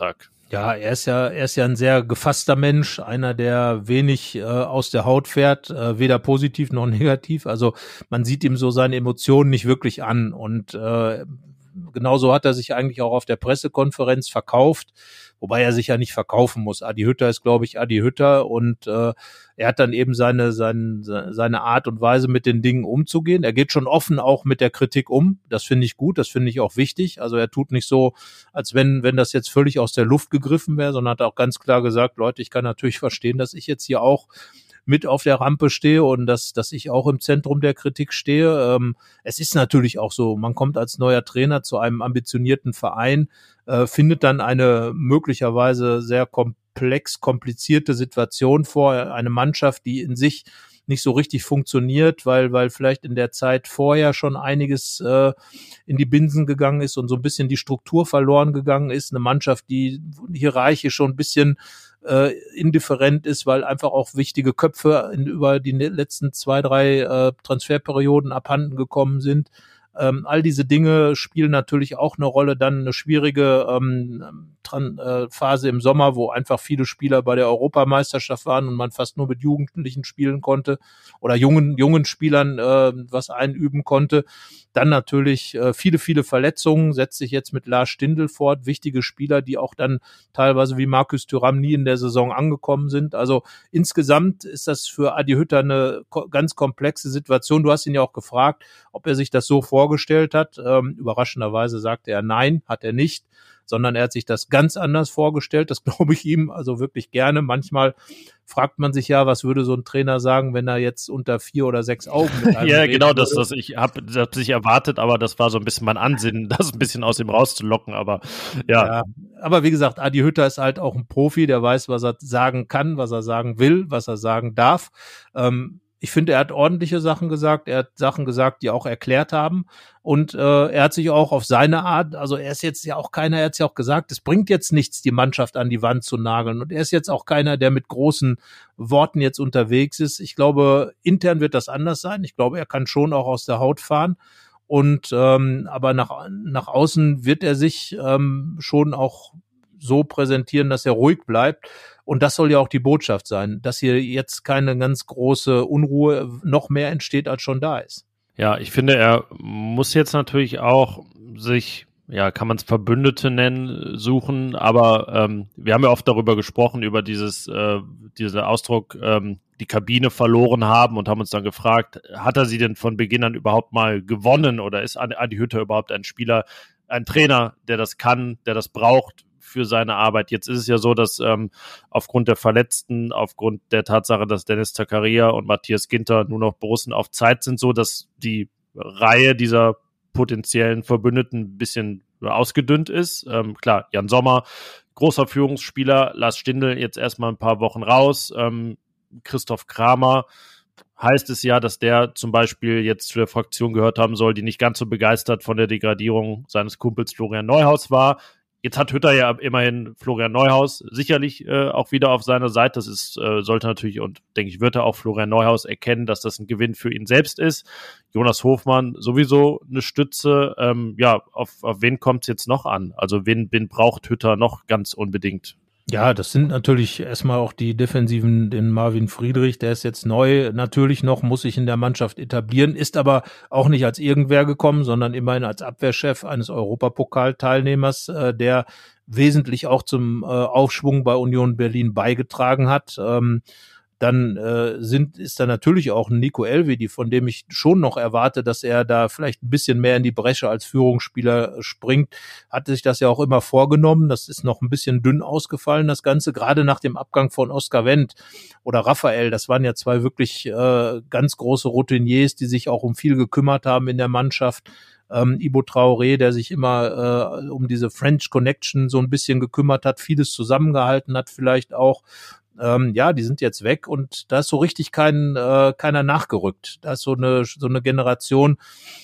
B: Ja, er ist ja, er ist ja ein sehr gefasster Mensch, einer, der wenig äh, aus der Haut fährt, äh, weder positiv noch negativ. Also man sieht ihm so seine Emotionen nicht wirklich an. Und äh, genauso hat er sich eigentlich auch auf der Pressekonferenz verkauft, wobei er sich ja nicht verkaufen muss. Adi Hütter ist, glaube ich, Adi Hütter, und äh, er hat dann eben seine, seine, seine Art und Weise, mit den Dingen umzugehen. Er geht schon offen auch mit der Kritik um. Das finde ich gut, das finde ich auch wichtig. Also er tut nicht so, als wenn, wenn das jetzt völlig aus der Luft gegriffen wäre, sondern hat auch ganz klar gesagt, Leute, ich kann natürlich verstehen, dass ich jetzt hier auch mit auf der Rampe stehe und dass, dass ich auch im Zentrum der Kritik stehe. Ähm, es ist natürlich auch so, man kommt als neuer Trainer zu einem ambitionierten Verein, äh, findet dann eine möglicherweise sehr komplex, komplizierte Situation vor, eine Mannschaft, die in sich nicht so richtig funktioniert, weil weil vielleicht in der Zeit vorher schon einiges äh, in die Binsen gegangen ist und so ein bisschen die Struktur verloren gegangen ist. Eine Mannschaft, die hierarchisch schon ein bisschen äh, indifferent ist, weil einfach auch wichtige Köpfe in, über die letzten zwei, drei äh, Transferperioden abhanden gekommen sind. Ähm, all diese Dinge spielen natürlich auch eine Rolle. Dann eine schwierige ähm, Tran- äh, Phase im Sommer, wo einfach viele Spieler bei der Europameisterschaft waren und man fast nur mit Jugendlichen spielen konnte oder jungen jungen Spielern äh, was einüben konnte. Dann natürlich äh, viele, viele Verletzungen, setzt sich jetzt mit Lars Stindl fort, wichtige Spieler, die auch dann teilweise wie Markus Thuram nie in der Saison angekommen sind. Also insgesamt ist das für Adi Hütter eine ko- ganz komplexe Situation. Du hast ihn ja auch gefragt, ob er sich das so vorgestellt hat. Ähm, überraschenderweise sagte er, nein, hat er nicht, sondern er hat sich das ganz anders vorgestellt. Das glaube ich ihm also wirklich gerne. Manchmal fragt man sich ja, was würde so ein Trainer sagen, wenn er jetzt unter vier oder sechs Augen mit einem
A: Ja,
B: reden
A: genau, das,
B: würde.
A: das ich habe das nicht erwartet, aber das war so ein bisschen mein Ansinnen, das ein bisschen aus ihm rauszulocken, aber ja.
B: Ja, aber wie gesagt, Adi Hütter ist halt auch ein Profi, der weiß, was er sagen kann, was er sagen will, was er sagen darf. Ähm, ich finde, er hat ordentliche Sachen gesagt, er hat Sachen gesagt, die auch erklärt haben, und äh, er hat sich auch auf seine Art, also er ist jetzt ja auch keiner, er hat es ja auch gesagt, es bringt jetzt nichts, die Mannschaft an die Wand zu nageln, und er ist jetzt auch keiner, der mit großen Worten jetzt unterwegs ist. Ich glaube, intern wird das anders sein. Ich glaube, er kann schon auch aus der Haut fahren. Und ähm, aber nach nach außen wird er sich ähm, schon auch so präsentieren, dass er ruhig bleibt. Und das soll ja auch die Botschaft sein, dass hier jetzt keine ganz große Unruhe noch mehr entsteht, als schon da ist.
A: Ja, ich finde, er muss jetzt natürlich auch sich, ja, kann man es Verbündete nennen, suchen, aber ähm, wir haben ja oft darüber gesprochen, über dieses, äh, dieser Ausdruck, ähm, die Kabine verloren haben, und haben uns dann gefragt, hat er sie denn von Beginn an überhaupt mal gewonnen, oder ist Adi Hütter überhaupt ein Spieler, ein Trainer, der das kann, der das braucht für seine Arbeit? Jetzt ist es ja so, dass ähm, aufgrund der Verletzten, aufgrund der Tatsache, dass Dennis Zakaria und Matthias Ginter nur noch Borussen auf Zeit sind, so dass die Reihe dieser potenziellen Verbündeten ein bisschen ausgedünnt ist. Ähm, klar, Jan Sommer, großer Führungsspieler, Lars Stindl jetzt erstmal ein paar Wochen raus, ähm, Christoph Kramer, heißt es ja, dass der zum Beispiel jetzt zu der Fraktion gehört haben soll, die nicht ganz so begeistert von der Degradierung seines Kumpels Florian Neuhaus war. Jetzt hat Hütter ja immerhin Florian Neuhaus sicherlich äh, auch wieder auf seiner Seite. Das ist, äh, sollte natürlich, und denke ich, wird er auch Florian Neuhaus erkennen, dass das ein Gewinn für ihn selbst ist. Jonas Hofmann sowieso eine Stütze. Ähm, ja, auf, auf wen kommt es jetzt noch an? Also wen, wen braucht Hütter noch ganz unbedingt?
B: Ja, das sind natürlich erstmal auch die Defensiven, den Marvin Friedrich, der ist jetzt neu, natürlich noch, muss sich in der Mannschaft etablieren, ist aber auch nicht als irgendwer gekommen, sondern immerhin als Abwehrchef eines Europapokalteilnehmers, äh, der wesentlich auch zum äh, Aufschwung bei Union Berlin beigetragen hat. Ähm, Dann äh, sind ist da natürlich auch ein Nico Elvedi, von dem ich schon noch erwarte, dass er da vielleicht ein bisschen mehr in die Bresche als Führungsspieler springt. Hatte sich das ja auch immer vorgenommen. Das ist noch ein bisschen dünn ausgefallen, das Ganze, gerade nach dem Abgang von Oskar Wendt oder Raphael. Das waren ja zwei wirklich äh, ganz große Routiniers, die sich auch um viel gekümmert haben in der Mannschaft. Ähm, Ibo Traoré, der sich immer äh, um diese French Connection so ein bisschen gekümmert hat, vieles zusammengehalten hat vielleicht auch. Ähm, ja, die sind jetzt weg, und da ist so richtig kein, äh, keiner nachgerückt. Da ist so eine, so eine Generation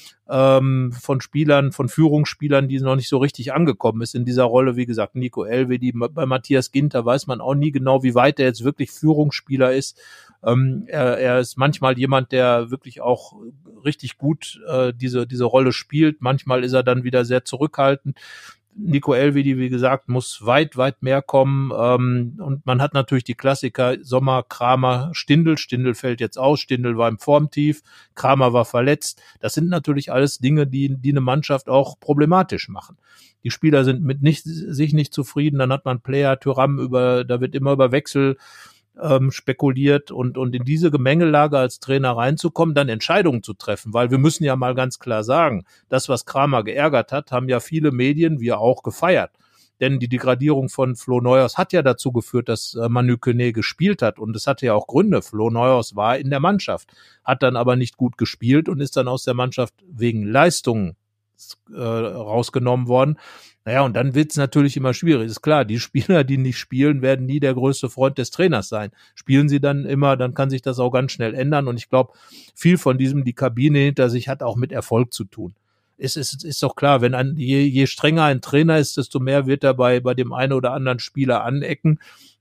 B: ähm, von Spielern, von Führungsspielern, die noch nicht so richtig angekommen ist in dieser Rolle. Wie gesagt, Nico Elvedi, bei Matthias Ginter weiß man auch nie genau, wie weit er jetzt wirklich Führungsspieler ist. Ähm, er, er ist manchmal jemand, der wirklich auch richtig gut äh, diese, diese Rolle spielt. Manchmal ist er dann wieder sehr zurückhaltend. Nico Elvedi, wie gesagt, muss weit, weit mehr kommen. Ähm, und man hat natürlich die Klassiker Sommer, Kramer, Stindl. Stindl fällt jetzt aus. Stindl war im Formtief. Kramer war verletzt. Das sind natürlich alles Dinge, die, die eine Mannschaft auch problematisch machen. Die Spieler sind mit nicht, sich nicht zufrieden. Dann hat man Player, Thuram, über, da wird immer über Wechsel Ähm, spekuliert und und in diese Gemengelage als Trainer reinzukommen, dann Entscheidungen zu treffen, weil wir müssen ja mal ganz klar sagen, das, was Kramer geärgert hat, haben ja viele Medien, wir auch, gefeiert. Denn die Degradierung von Flo Neuhaus hat ja dazu geführt, dass äh, Manu Koné gespielt hat und es hatte ja auch Gründe. Flo Neuhaus war in der Mannschaft, hat dann aber nicht gut gespielt und ist dann aus der Mannschaft wegen Leistungen äh, rausgenommen worden. Naja, und dann wird's natürlich immer schwierig. Ist klar, die Spieler, die nicht spielen, werden nie der größte Freund des Trainers sein. Spielen sie dann immer, dann kann sich das auch ganz schnell ändern. Und ich glaube, viel von diesem, die Kabine hinter sich, hat auch mit Erfolg zu tun. Es ist, ist doch klar, wenn ein, je, je strenger ein Trainer ist, desto mehr wird er bei, bei dem einen oder anderen Spieler anecken.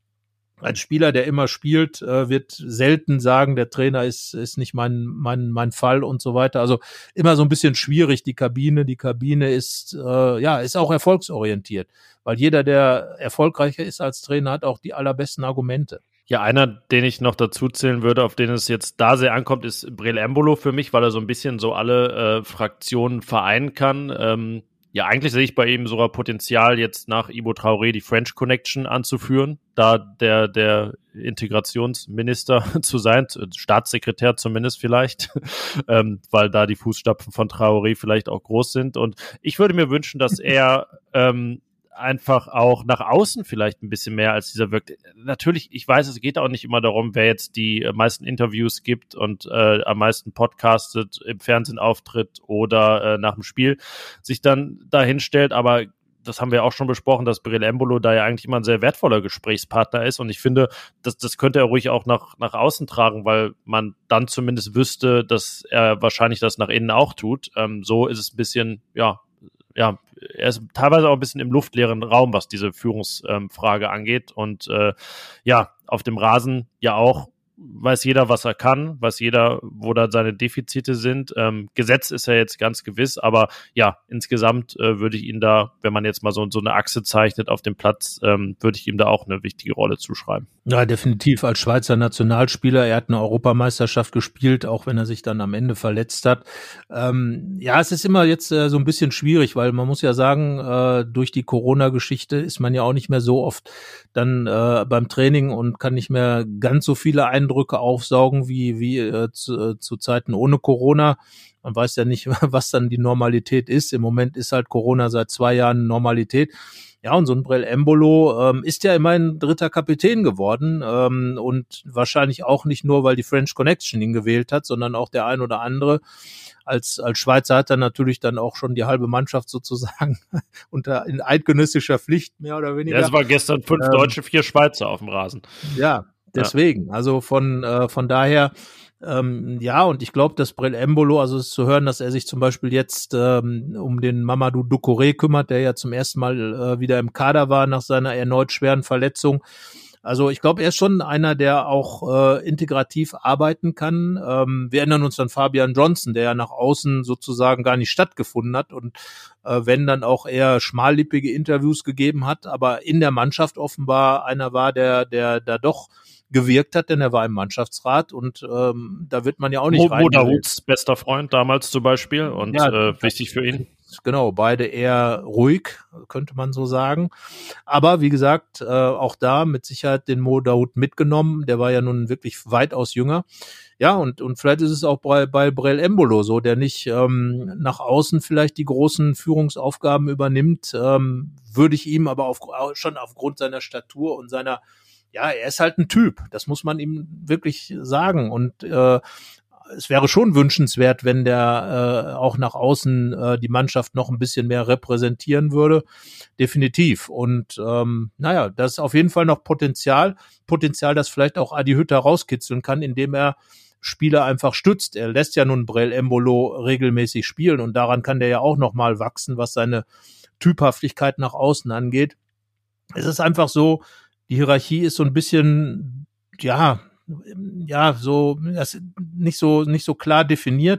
B: Ein Spieler, der immer spielt, wird selten sagen, der Trainer ist ist nicht mein mein mein Fall und so weiter. Also immer so ein bisschen schwierig, die Kabine. Die Kabine ist äh, ja ist auch erfolgsorientiert, weil jeder, der erfolgreicher ist als Trainer, hat auch die allerbesten Argumente.
A: Ja, einer, den ich noch dazu zählen würde, auf den es jetzt da sehr ankommt, ist Breel Embolo für mich, weil er so ein bisschen so alle äh, Fraktionen vereinen kann. Ähm, Ja, eigentlich sehe ich bei ihm sogar Potenzial, jetzt nach Ibo Traoré die French Connection anzuführen, da der der Integrationsminister zu sein, Staatssekretär zumindest vielleicht, ähm, weil da die Fußstapfen von Traoré vielleicht auch groß sind. Und ich würde mir wünschen, dass er ähm, einfach auch nach außen vielleicht ein bisschen mehr als dieser wirkt. Natürlich, ich weiß, es geht auch nicht immer darum, wer jetzt die meisten Interviews gibt und äh, am meisten podcastet, im Fernsehen auftritt oder äh, nach dem Spiel sich dann dahin stellt, aber das haben wir auch schon besprochen, dass Breel Embolo da ja eigentlich immer ein sehr wertvoller Gesprächspartner ist und ich finde, das, das könnte er ruhig auch nach, nach außen tragen, weil man dann zumindest wüsste, dass er wahrscheinlich das nach innen auch tut. Ähm, so ist es ein bisschen, ja, ja, er ist teilweise auch ein bisschen im luftleeren Raum, was diese Führungsfrage ähm, angeht. Und äh, ja, auf dem Rasen ja auch weiß jeder, was er kann, weiß jeder, wo da seine Defizite sind. Ähm, Gesetz ist er jetzt ganz gewiss, aber ja, insgesamt äh, würde ich ihn da, wenn man jetzt mal so, so eine Achse zeichnet auf dem Platz, ähm, würde ich ihm da auch eine wichtige Rolle zuschreiben.
B: Ja, definitiv als Schweizer Nationalspieler. Er hat eine Europameisterschaft gespielt, auch wenn er sich dann am Ende verletzt hat. Ähm, ja, es ist immer jetzt äh, so ein bisschen schwierig, weil man muss ja sagen, äh, durch die Corona-Geschichte ist man ja auch nicht mehr so oft dann äh, beim Training und kann nicht mehr ganz so viele Eindrücke aufsaugen wie wie äh, zu, äh, zu Zeiten ohne Corona. Man weiß ja nicht, was dann die Normalität ist. Im Moment ist halt Corona seit zwei Jahren Normalität. Ja, und so ein Breel Embolo ähm, ist ja immerhin dritter Kapitän geworden ähm, und wahrscheinlich auch nicht nur, weil die French Connection ihn gewählt hat, sondern auch der ein oder andere. Als als Schweizer hat er natürlich dann auch schon die halbe Mannschaft sozusagen unter in eidgenössischer Pflicht, mehr oder weniger.
A: Ja, es war gestern fünf ähm, Deutsche, vier Schweizer auf dem Rasen.
B: Ja, deswegen. Ja. Also von äh, von daher Ähm, ja, und ich glaube, dass Breel Embolo, also es ist zu hören, dass er sich zum Beispiel jetzt ähm, um den Mamadou Doucouré kümmert, der ja zum ersten Mal äh, wieder im Kader war nach seiner erneut schweren Verletzung. Also ich glaube, er ist schon einer, der auch äh, integrativ arbeiten kann. Ähm, wir erinnern uns an Fabian Johnson, der ja nach außen sozusagen gar nicht stattgefunden hat und äh, wenn dann auch eher schmallippige Interviews gegeben hat, aber in der Mannschaft offenbar einer war, der der da doch gewirkt hat, denn er war im Mannschaftsrat und ähm, da wird man ja auch nicht rein.
A: Mo Daouds bester Freund damals zum Beispiel und ja, äh, wichtig für ihn.
B: Genau, beide eher ruhig, könnte man so sagen. Aber wie gesagt, äh, auch da mit Sicherheit den Mo Daoud mitgenommen. Der war ja nun wirklich weitaus jünger. Ja, und und vielleicht ist es auch bei, bei Breel Embolo so, der nicht ähm, nach außen vielleicht die großen Führungsaufgaben übernimmt, ähm, würde ich ihm aber auf, schon aufgrund seiner Statur und seiner, ja, er ist halt ein Typ, das muss man ihm wirklich sagen. Und äh, es wäre schon wünschenswert, wenn der äh, auch nach außen äh, die Mannschaft noch ein bisschen mehr repräsentieren würde. Definitiv. Und ähm, naja, das ist auf jeden Fall noch Potenzial. Potenzial, das vielleicht auch Adi Hütter rauskitzeln kann, indem er Spieler einfach stützt. Er lässt ja nun Breel Embolo regelmäßig spielen und daran kann der ja auch noch mal wachsen, was seine Typhaftigkeit nach außen angeht. Es ist einfach so, die Hierarchie ist so ein bisschen, ja, ja, so, das nicht so, nicht so klar definiert.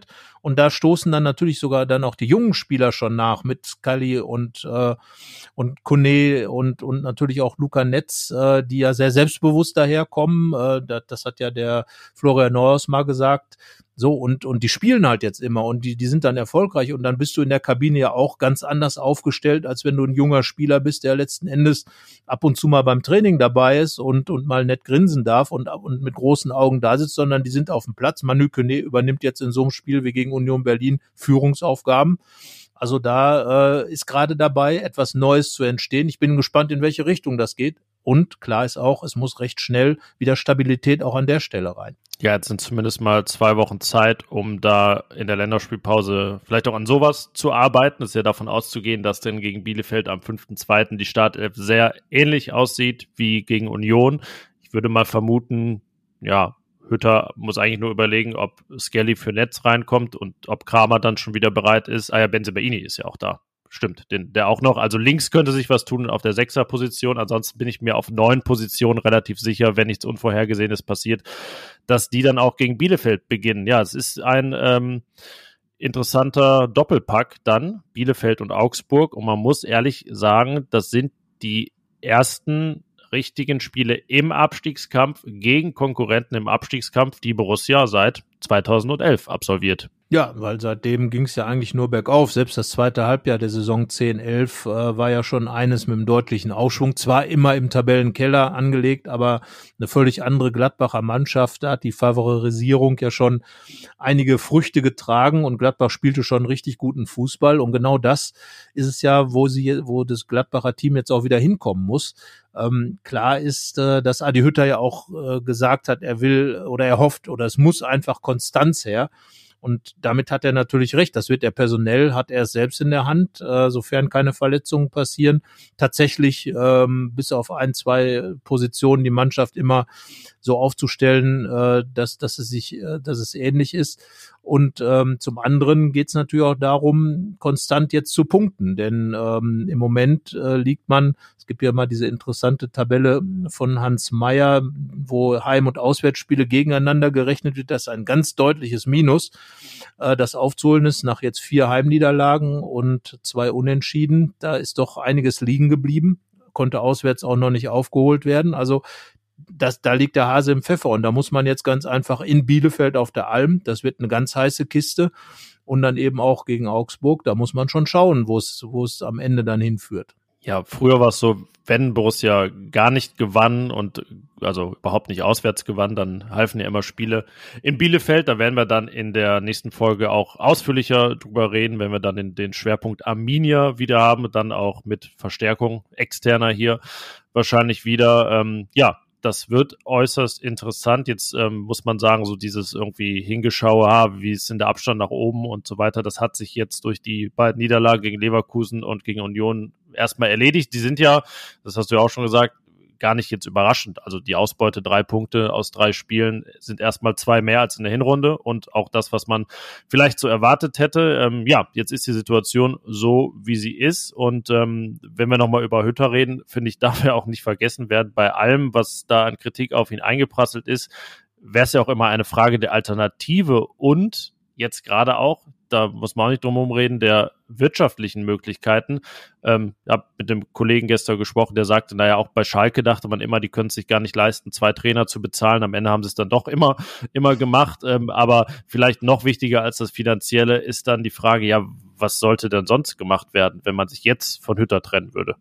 B: Und da stoßen dann natürlich sogar dann auch die jungen Spieler schon nach mit Scully und äh, und Kone und und natürlich auch Luca Netz, äh, die ja sehr selbstbewusst daherkommen. Äh, das, das hat ja der Florian Neuhaus mal gesagt. So, und und die spielen halt jetzt immer und die die sind dann erfolgreich und dann bist du in der Kabine ja auch ganz anders aufgestellt, als wenn du ein junger Spieler bist, der letzten Endes ab und zu mal beim Training dabei ist und und mal nett grinsen darf und und mit großen Augen da sitzt, sondern die sind auf dem Platz. Manu Kone übernimmt jetzt in so einem Spiel wie gegen Union Berlin Führungsaufgaben. Also da äh, ist gerade dabei, etwas Neues zu entstehen. Ich bin gespannt, in welche Richtung das geht. Und klar ist auch, es muss recht schnell wieder Stabilität auch an der Stelle rein.
A: Ja, jetzt sind zumindest mal zwei Wochen Zeit, um da in der Länderspielpause vielleicht auch an sowas zu arbeiten. Es ist ja davon auszugehen, dass denn gegen Bielefeld am fünften zweiten die Startelf sehr ähnlich aussieht wie gegen Union. Ich würde mal vermuten, ja, Hütter muss eigentlich nur überlegen, ob Skelly für Netz reinkommt und ob Kramer dann schon wieder bereit ist. Ah ja, Bensebaini ist ja auch da. Stimmt, den, der auch noch. Also links könnte sich was tun auf der Sechser-Position. Ansonsten bin ich mir auf neun Positionen relativ sicher, wenn nichts Unvorhergesehenes passiert, dass die dann auch gegen Bielefeld beginnen. Ja, es ist ein ähm, interessanter Doppelpack dann, Bielefeld und Augsburg. Und man muss ehrlich sagen, das sind die ersten richtigen Spiele im Abstiegskampf gegen Konkurrenten im Abstiegskampf, die Borussia seit zweitausendelf absolviert.
B: Ja, weil seitdem ging es ja eigentlich nur bergauf. Selbst das zweite Halbjahr der Saison zehn elf äh, war ja schon eines mit einem deutlichen Aufschwung. Zwar immer im Tabellenkeller angelegt, aber eine völlig andere Gladbacher Mannschaft. Da hat die Favorisierung ja schon einige Früchte getragen und Gladbach spielte schon richtig guten Fußball. Und genau das ist es ja, wo sie, wo das Gladbacher Team jetzt auch wieder hinkommen muss. Ähm, klar ist, äh, dass Adi Hütter ja auch äh, gesagt hat, er will oder er hofft oder es muss einfach Konstanz her. Und damit hat er natürlich recht. Das wird er personell, hat er es selbst in der Hand, äh, sofern keine Verletzungen passieren. Tatsächlich ähm, bis auf ein, zwei Positionen die Mannschaft immer so aufzustellen, äh, dass, dass es sich, äh, dass es ähnlich ist. Und ähm, zum anderen geht es natürlich auch darum, konstant jetzt zu punkten. Denn ähm, im Moment äh, liegt man, es gibt ja mal diese interessante Tabelle von Hans Meyer, wo Heim- und Auswärtsspiele gegeneinander gerechnet wird. Das ist ein ganz deutliches Minus. Äh, das aufzuholen ist nach jetzt vier Heimniederlagen und zwei Unentschieden. Da ist doch einiges liegen geblieben, konnte auswärts auch noch nicht aufgeholt werden. Also Das, da liegt der Hase im Pfeffer und da muss man jetzt ganz einfach in Bielefeld auf der Alm, das wird eine ganz heiße Kiste und dann eben auch gegen Augsburg, da muss man schon schauen, wo es, wo es am Ende dann hinführt.
A: Ja, früher war es so, wenn Borussia gar nicht gewann und also überhaupt nicht auswärts gewann, dann halfen ja immer Spiele in Bielefeld. Da werden wir dann in der nächsten Folge auch ausführlicher drüber reden, wenn wir dann den, den Schwerpunkt Arminia wieder haben, dann auch mit Verstärkung externer hier wahrscheinlich wieder. Ähm, ja, das wird äußerst interessant. Jetzt ähm, muss man sagen, so dieses irgendwie Hingeschaue, ah, wie ist denn der Abstand nach oben und so weiter, das hat sich jetzt durch die beiden Niederlagen gegen Leverkusen und gegen Union erstmal erledigt. Die sind ja, das hast du ja auch schon gesagt, gar nicht jetzt überraschend. Also die Ausbeute, drei Punkte aus drei Spielen, sind erstmal zwei mehr als in der Hinrunde und auch das, was man vielleicht so erwartet hätte. Ähm, ja, jetzt ist die Situation so, wie sie ist und ähm, wenn wir nochmal über Hütter reden, finde ich, darf er auch nicht vergessen werden, bei allem, was da an Kritik auf ihn eingeprasselt ist, wäre es ja auch immer eine Frage der Alternative und jetzt gerade auch, da muss man auch nicht drum herum reden, der wirtschaftlichen Möglichkeiten. Ähm, ich habe mit dem Kollegen gestern gesprochen, der sagte, naja, auch bei Schalke dachte man immer, die können es sich gar nicht leisten, zwei Trainer zu bezahlen. Am Ende haben sie es dann doch immer, immer gemacht. Ähm, aber vielleicht noch wichtiger als das Finanzielle ist dann die Frage, ja, was sollte denn sonst gemacht werden, wenn man sich jetzt von Hütter trennen würde?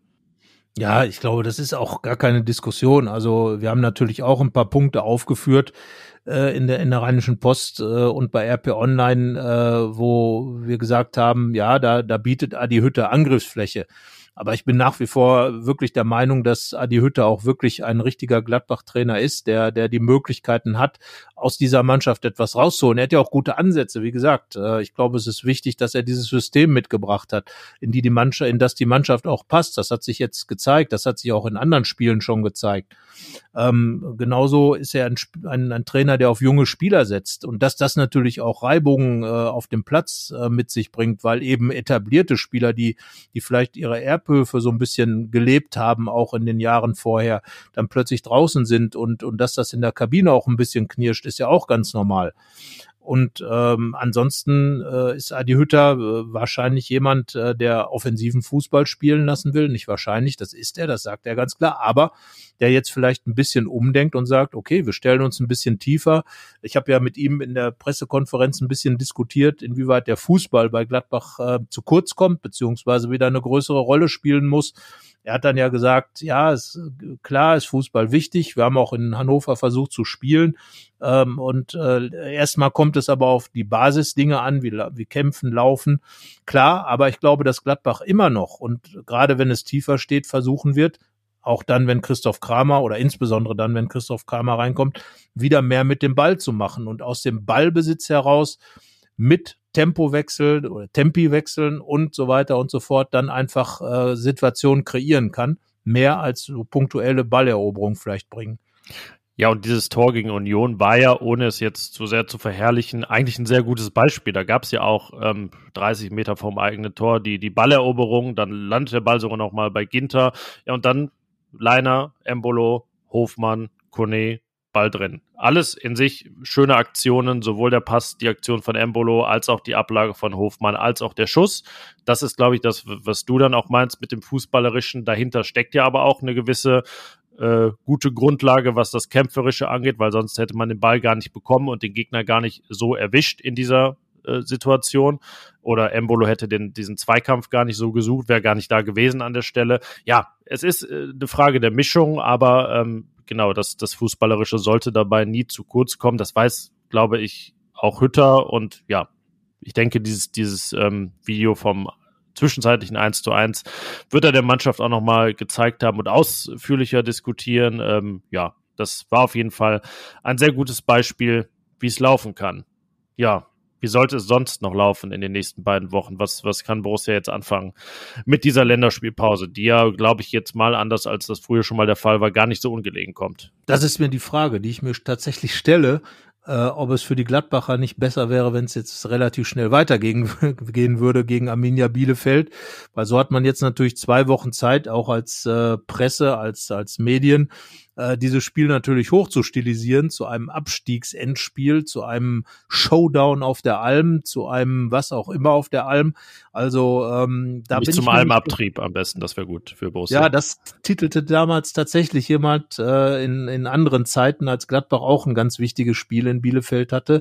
B: Ja, ich glaube, das ist auch gar keine Diskussion. Also wir haben natürlich auch ein paar Punkte aufgeführt äh, in der in der Rheinischen Post äh, und bei R P Online, äh, wo wir gesagt haben, ja, da da bietet Adi Hütter Angriffsfläche. Aber ich bin nach wie vor wirklich der Meinung, dass Adi Hütter auch wirklich ein richtiger Gladbach-Trainer ist, der der die Möglichkeiten hat, aus dieser Mannschaft etwas rauszuholen. Er hat ja auch gute Ansätze, wie gesagt. Ich glaube, es ist wichtig, dass er dieses System mitgebracht hat, in die die Mannschaft, in das die Mannschaft auch passt. Das hat sich jetzt gezeigt. Das hat sich auch in anderen Spielen schon gezeigt. Ähm, genauso ist er ein, ein, ein Trainer, der auf junge Spieler setzt und dass das natürlich auch Reibungen äh, auf dem Platz äh, mit sich bringt, weil eben etablierte Spieler, die die vielleicht ihre Erbhöfe so ein bisschen gelebt haben, auch in den Jahren vorher, dann plötzlich draußen sind und und dass das in der Kabine auch ein bisschen knirscht, ist ja auch ganz normal. Und ähm, ansonsten äh, ist Adi Hütter äh, wahrscheinlich jemand, äh, der offensiven Fußball spielen lassen will. Nicht wahrscheinlich, das ist er, das sagt er ganz klar. Aber der jetzt vielleicht ein bisschen umdenkt und sagt, okay, wir stellen uns ein bisschen tiefer. Ich habe ja mit ihm in der Pressekonferenz ein bisschen diskutiert, inwieweit der Fußball bei Gladbach äh, zu kurz kommt, beziehungsweise wieder eine größere Rolle spielen muss. Er hat dann ja gesagt, ja, ist, klar ist Fußball wichtig. Wir haben auch in Hannover versucht zu spielen. Ähm, und äh, erstmal kommt es aber auf die Basisdinge an, wie, wie Kämpfen, Laufen. Klar, aber ich glaube, dass Gladbach immer noch und gerade wenn es tiefer steht, versuchen wird, auch dann, wenn Christoph Kramer oder insbesondere dann, wenn Christoph Kramer reinkommt, wieder mehr mit dem Ball zu machen und aus dem Ballbesitz heraus mit Tempowechseln oder Tempiwechseln und so weiter und so fort dann einfach äh, Situationen kreieren kann, mehr als so punktuelle Balleroberung vielleicht bringen.
A: Ja, und dieses Tor gegen Union war ja, ohne es jetzt zu sehr zu verherrlichen, eigentlich ein sehr gutes Beispiel. Da gab es ja auch ähm, dreißig Meter vom eigenen Tor die, die Balleroberung, dann landet der Ball sogar nochmal bei Ginter. Ja, und dann Leiner, Embolo, Hofmann, Kone, Ball drin. Alles in sich schöne Aktionen, sowohl der Pass, die Aktion von Embolo, als auch die Ablage von Hofmann, als auch der Schuss. Das ist, glaube ich, das, was du dann auch meinst mit dem Fußballerischen. Dahinter steckt ja aber auch eine gewisse äh, gute Grundlage, was das Kämpferische angeht, weil sonst hätte man den Ball gar nicht bekommen und den Gegner gar nicht so erwischt in dieser äh, Situation. Oder Embolo hätte den, diesen Zweikampf gar nicht so gesucht, wäre gar nicht da gewesen an der Stelle. Ja, es ist äh, eine Frage der Mischung, aber ähm, genau, das, das Fußballerische sollte dabei nie zu kurz kommen. Das weiß, glaube ich, auch Hütter. Und ja, ich denke, dieses, dieses ähm, Video vom zwischenzeitlichen eins zu eins wird er der Mannschaft auch nochmal gezeigt haben und ausführlicher diskutieren. Ähm, ja, das war auf jeden Fall ein sehr gutes Beispiel, wie es laufen kann. Ja, wie sollte es sonst noch laufen in den nächsten beiden Wochen? Was, was kann Borussia jetzt anfangen mit dieser Länderspielpause, die ja, glaube ich, jetzt mal anders als das früher schon mal der Fall war, gar nicht so ungelegen kommt?
B: Das ist mir die Frage, die ich mir tatsächlich stelle, äh, ob es für die Gladbacher nicht besser wäre, wenn es jetzt relativ schnell weitergehen gehen würde gegen Arminia Bielefeld, weil so hat man jetzt natürlich zwei Wochen Zeit, auch als äh, Presse, als als Medien, äh, dieses Spiel natürlich hoch zu stilisieren, zu einem Abstiegsendspiel, zu einem Showdown auf der Alm, zu einem was auch immer auf der Alm. Also ähm, da
A: Nicht
B: bin
A: zum
B: ich
A: Almabtrieb am besten, das wäre gut für Borussia.
B: Ja, das titelte damals tatsächlich jemand äh, in in anderen Zeiten, als Gladbach auch ein ganz wichtiges Spiel in Bielefeld hatte,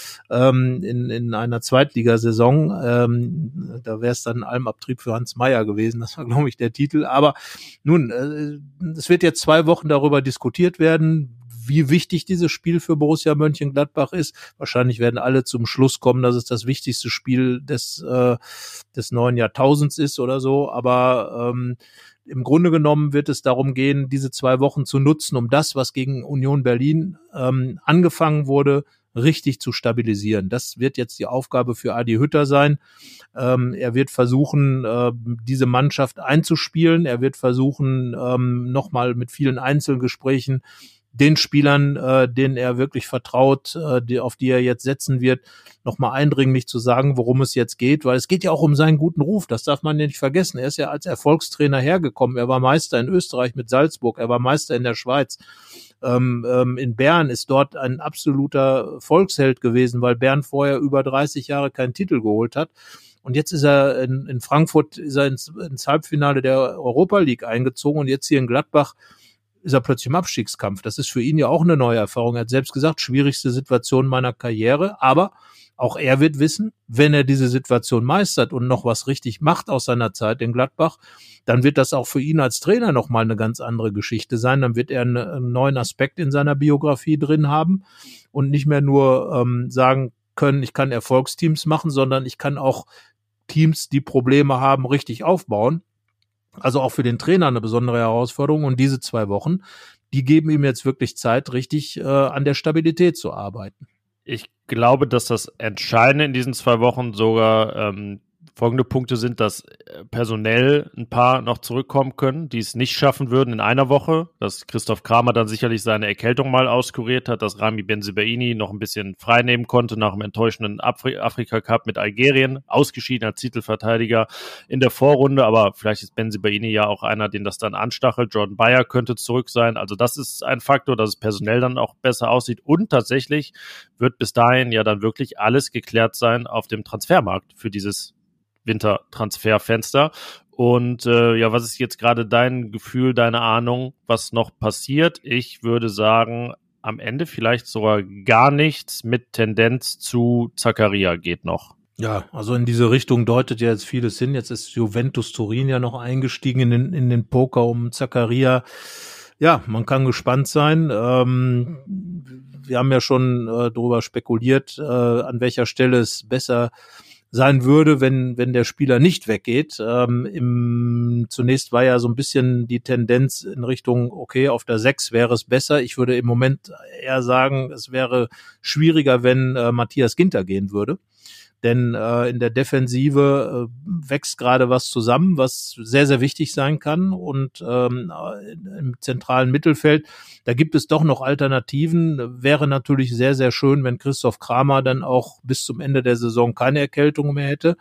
B: ähm, in in einer Zweitligasaison. Ähm, da wäre es dann ein Almabtrieb für Hans Meyer gewesen. Das war, glaube ich, der Titel. Aber nun, äh, es wird jetzt zwei Wochen darüber diskutiert werden, wie wichtig dieses Spiel für Borussia Mönchengladbach ist. Wahrscheinlich werden alle zum Schluss kommen, dass es das wichtigste Spiel des äh, des neuen Jahrtausends ist oder so. Aber ähm, im Grunde genommen wird es darum gehen, diese zwei Wochen zu nutzen, um das, was gegen Union Berlin ähm, angefangen wurde, richtig zu stabilisieren. Das wird jetzt die Aufgabe für Adi Hütter sein. Ähm, er wird versuchen, äh, diese Mannschaft einzuspielen. Er wird versuchen, ähm, nochmal mit vielen Einzelgesprächen den Spielern, äh, denen er wirklich vertraut, äh, die, auf die er jetzt setzen wird, nochmal eindringlich zu sagen, worum es jetzt geht, weil es geht ja auch um seinen guten Ruf, das darf man ja nicht vergessen. Er ist ja als Erfolgstrainer hergekommen, er war Meister in Österreich mit Salzburg, er war Meister in der Schweiz. Ähm, ähm, in Bern ist dort ein absoluter Volksheld gewesen, weil Bern vorher über dreißig Jahre keinen Titel geholt hat. Und jetzt ist er in, in Frankfurt, ist er ins, ins Halbfinale der Europa League eingezogen und jetzt hier in Gladbach ist er plötzlich im Abstiegskampf. Das ist für ihn ja auch eine neue Erfahrung. Er hat selbst gesagt, schwierigste Situation meiner Karriere, aber auch er wird wissen, wenn er diese Situation meistert und noch was richtig macht aus seiner Zeit in Gladbach, dann wird das auch für ihn als Trainer nochmal eine ganz andere Geschichte sein. Dann wird er einen neuen Aspekt in seiner Biografie drin haben und nicht mehr nur ähm, sagen können, ich kann Erfolgsteams machen, sondern ich kann auch Teams, die Probleme haben, richtig aufbauen. Also auch für den Trainer eine besondere Herausforderung. Und diese zwei Wochen, die geben ihm jetzt wirklich Zeit, richtig äh, an der Stabilität zu arbeiten.
A: Ich glaube, dass das Entscheidende in diesen zwei Wochen sogar ähm, Folgende Punkte sind, dass personell ein paar noch zurückkommen können, die es nicht schaffen würden in einer Woche, dass Christoph Kramer dann sicherlich seine Erkältung mal auskuriert hat, dass Rami Bensebaini noch ein bisschen frei nehmen konnte nach dem enttäuschenden Afri- Afrika-Cup mit Algerien, ausgeschieden als Titelverteidiger in der Vorrunde, aber vielleicht ist Bensebaini ja auch einer, den das dann anstachelt. Jordan Bayer könnte zurück sein, also das ist ein Faktor, dass es personell dann auch besser aussieht und tatsächlich wird bis dahin ja dann wirklich alles geklärt sein auf dem Transfermarkt für dieses Wintertransferfenster. Und äh, ja, was ist jetzt gerade dein Gefühl, deine Ahnung, was noch passiert? Ich würde sagen, am Ende vielleicht sogar gar nichts mit Tendenz zu Zakaria geht noch.
B: Ja, also in diese Richtung deutet ja jetzt vieles hin. Jetzt ist Juventus Turin ja noch eingestiegen in den, in den Poker um Zakaria. Ja, man kann gespannt sein. Ähm, wir haben ja schon äh, darüber spekuliert, äh, an welcher Stelle es besser sein würde, wenn wenn der Spieler nicht weggeht. Ähm, im, zunächst war ja so ein bisschen die Tendenz in Richtung, okay, auf der sechs wäre es besser. Ich würde im Moment eher sagen, es wäre schwieriger, wenn äh, Matthias Ginter gehen würde. Denn äh, in der Defensive äh, wächst gerade was zusammen, was sehr, sehr wichtig sein kann. Und ähm, im zentralen Mittelfeld, da gibt es doch noch Alternativen. Wäre natürlich sehr, sehr schön, wenn Christoph Kramer dann auch bis zum Ende der Saison keine Erkältung mehr hätte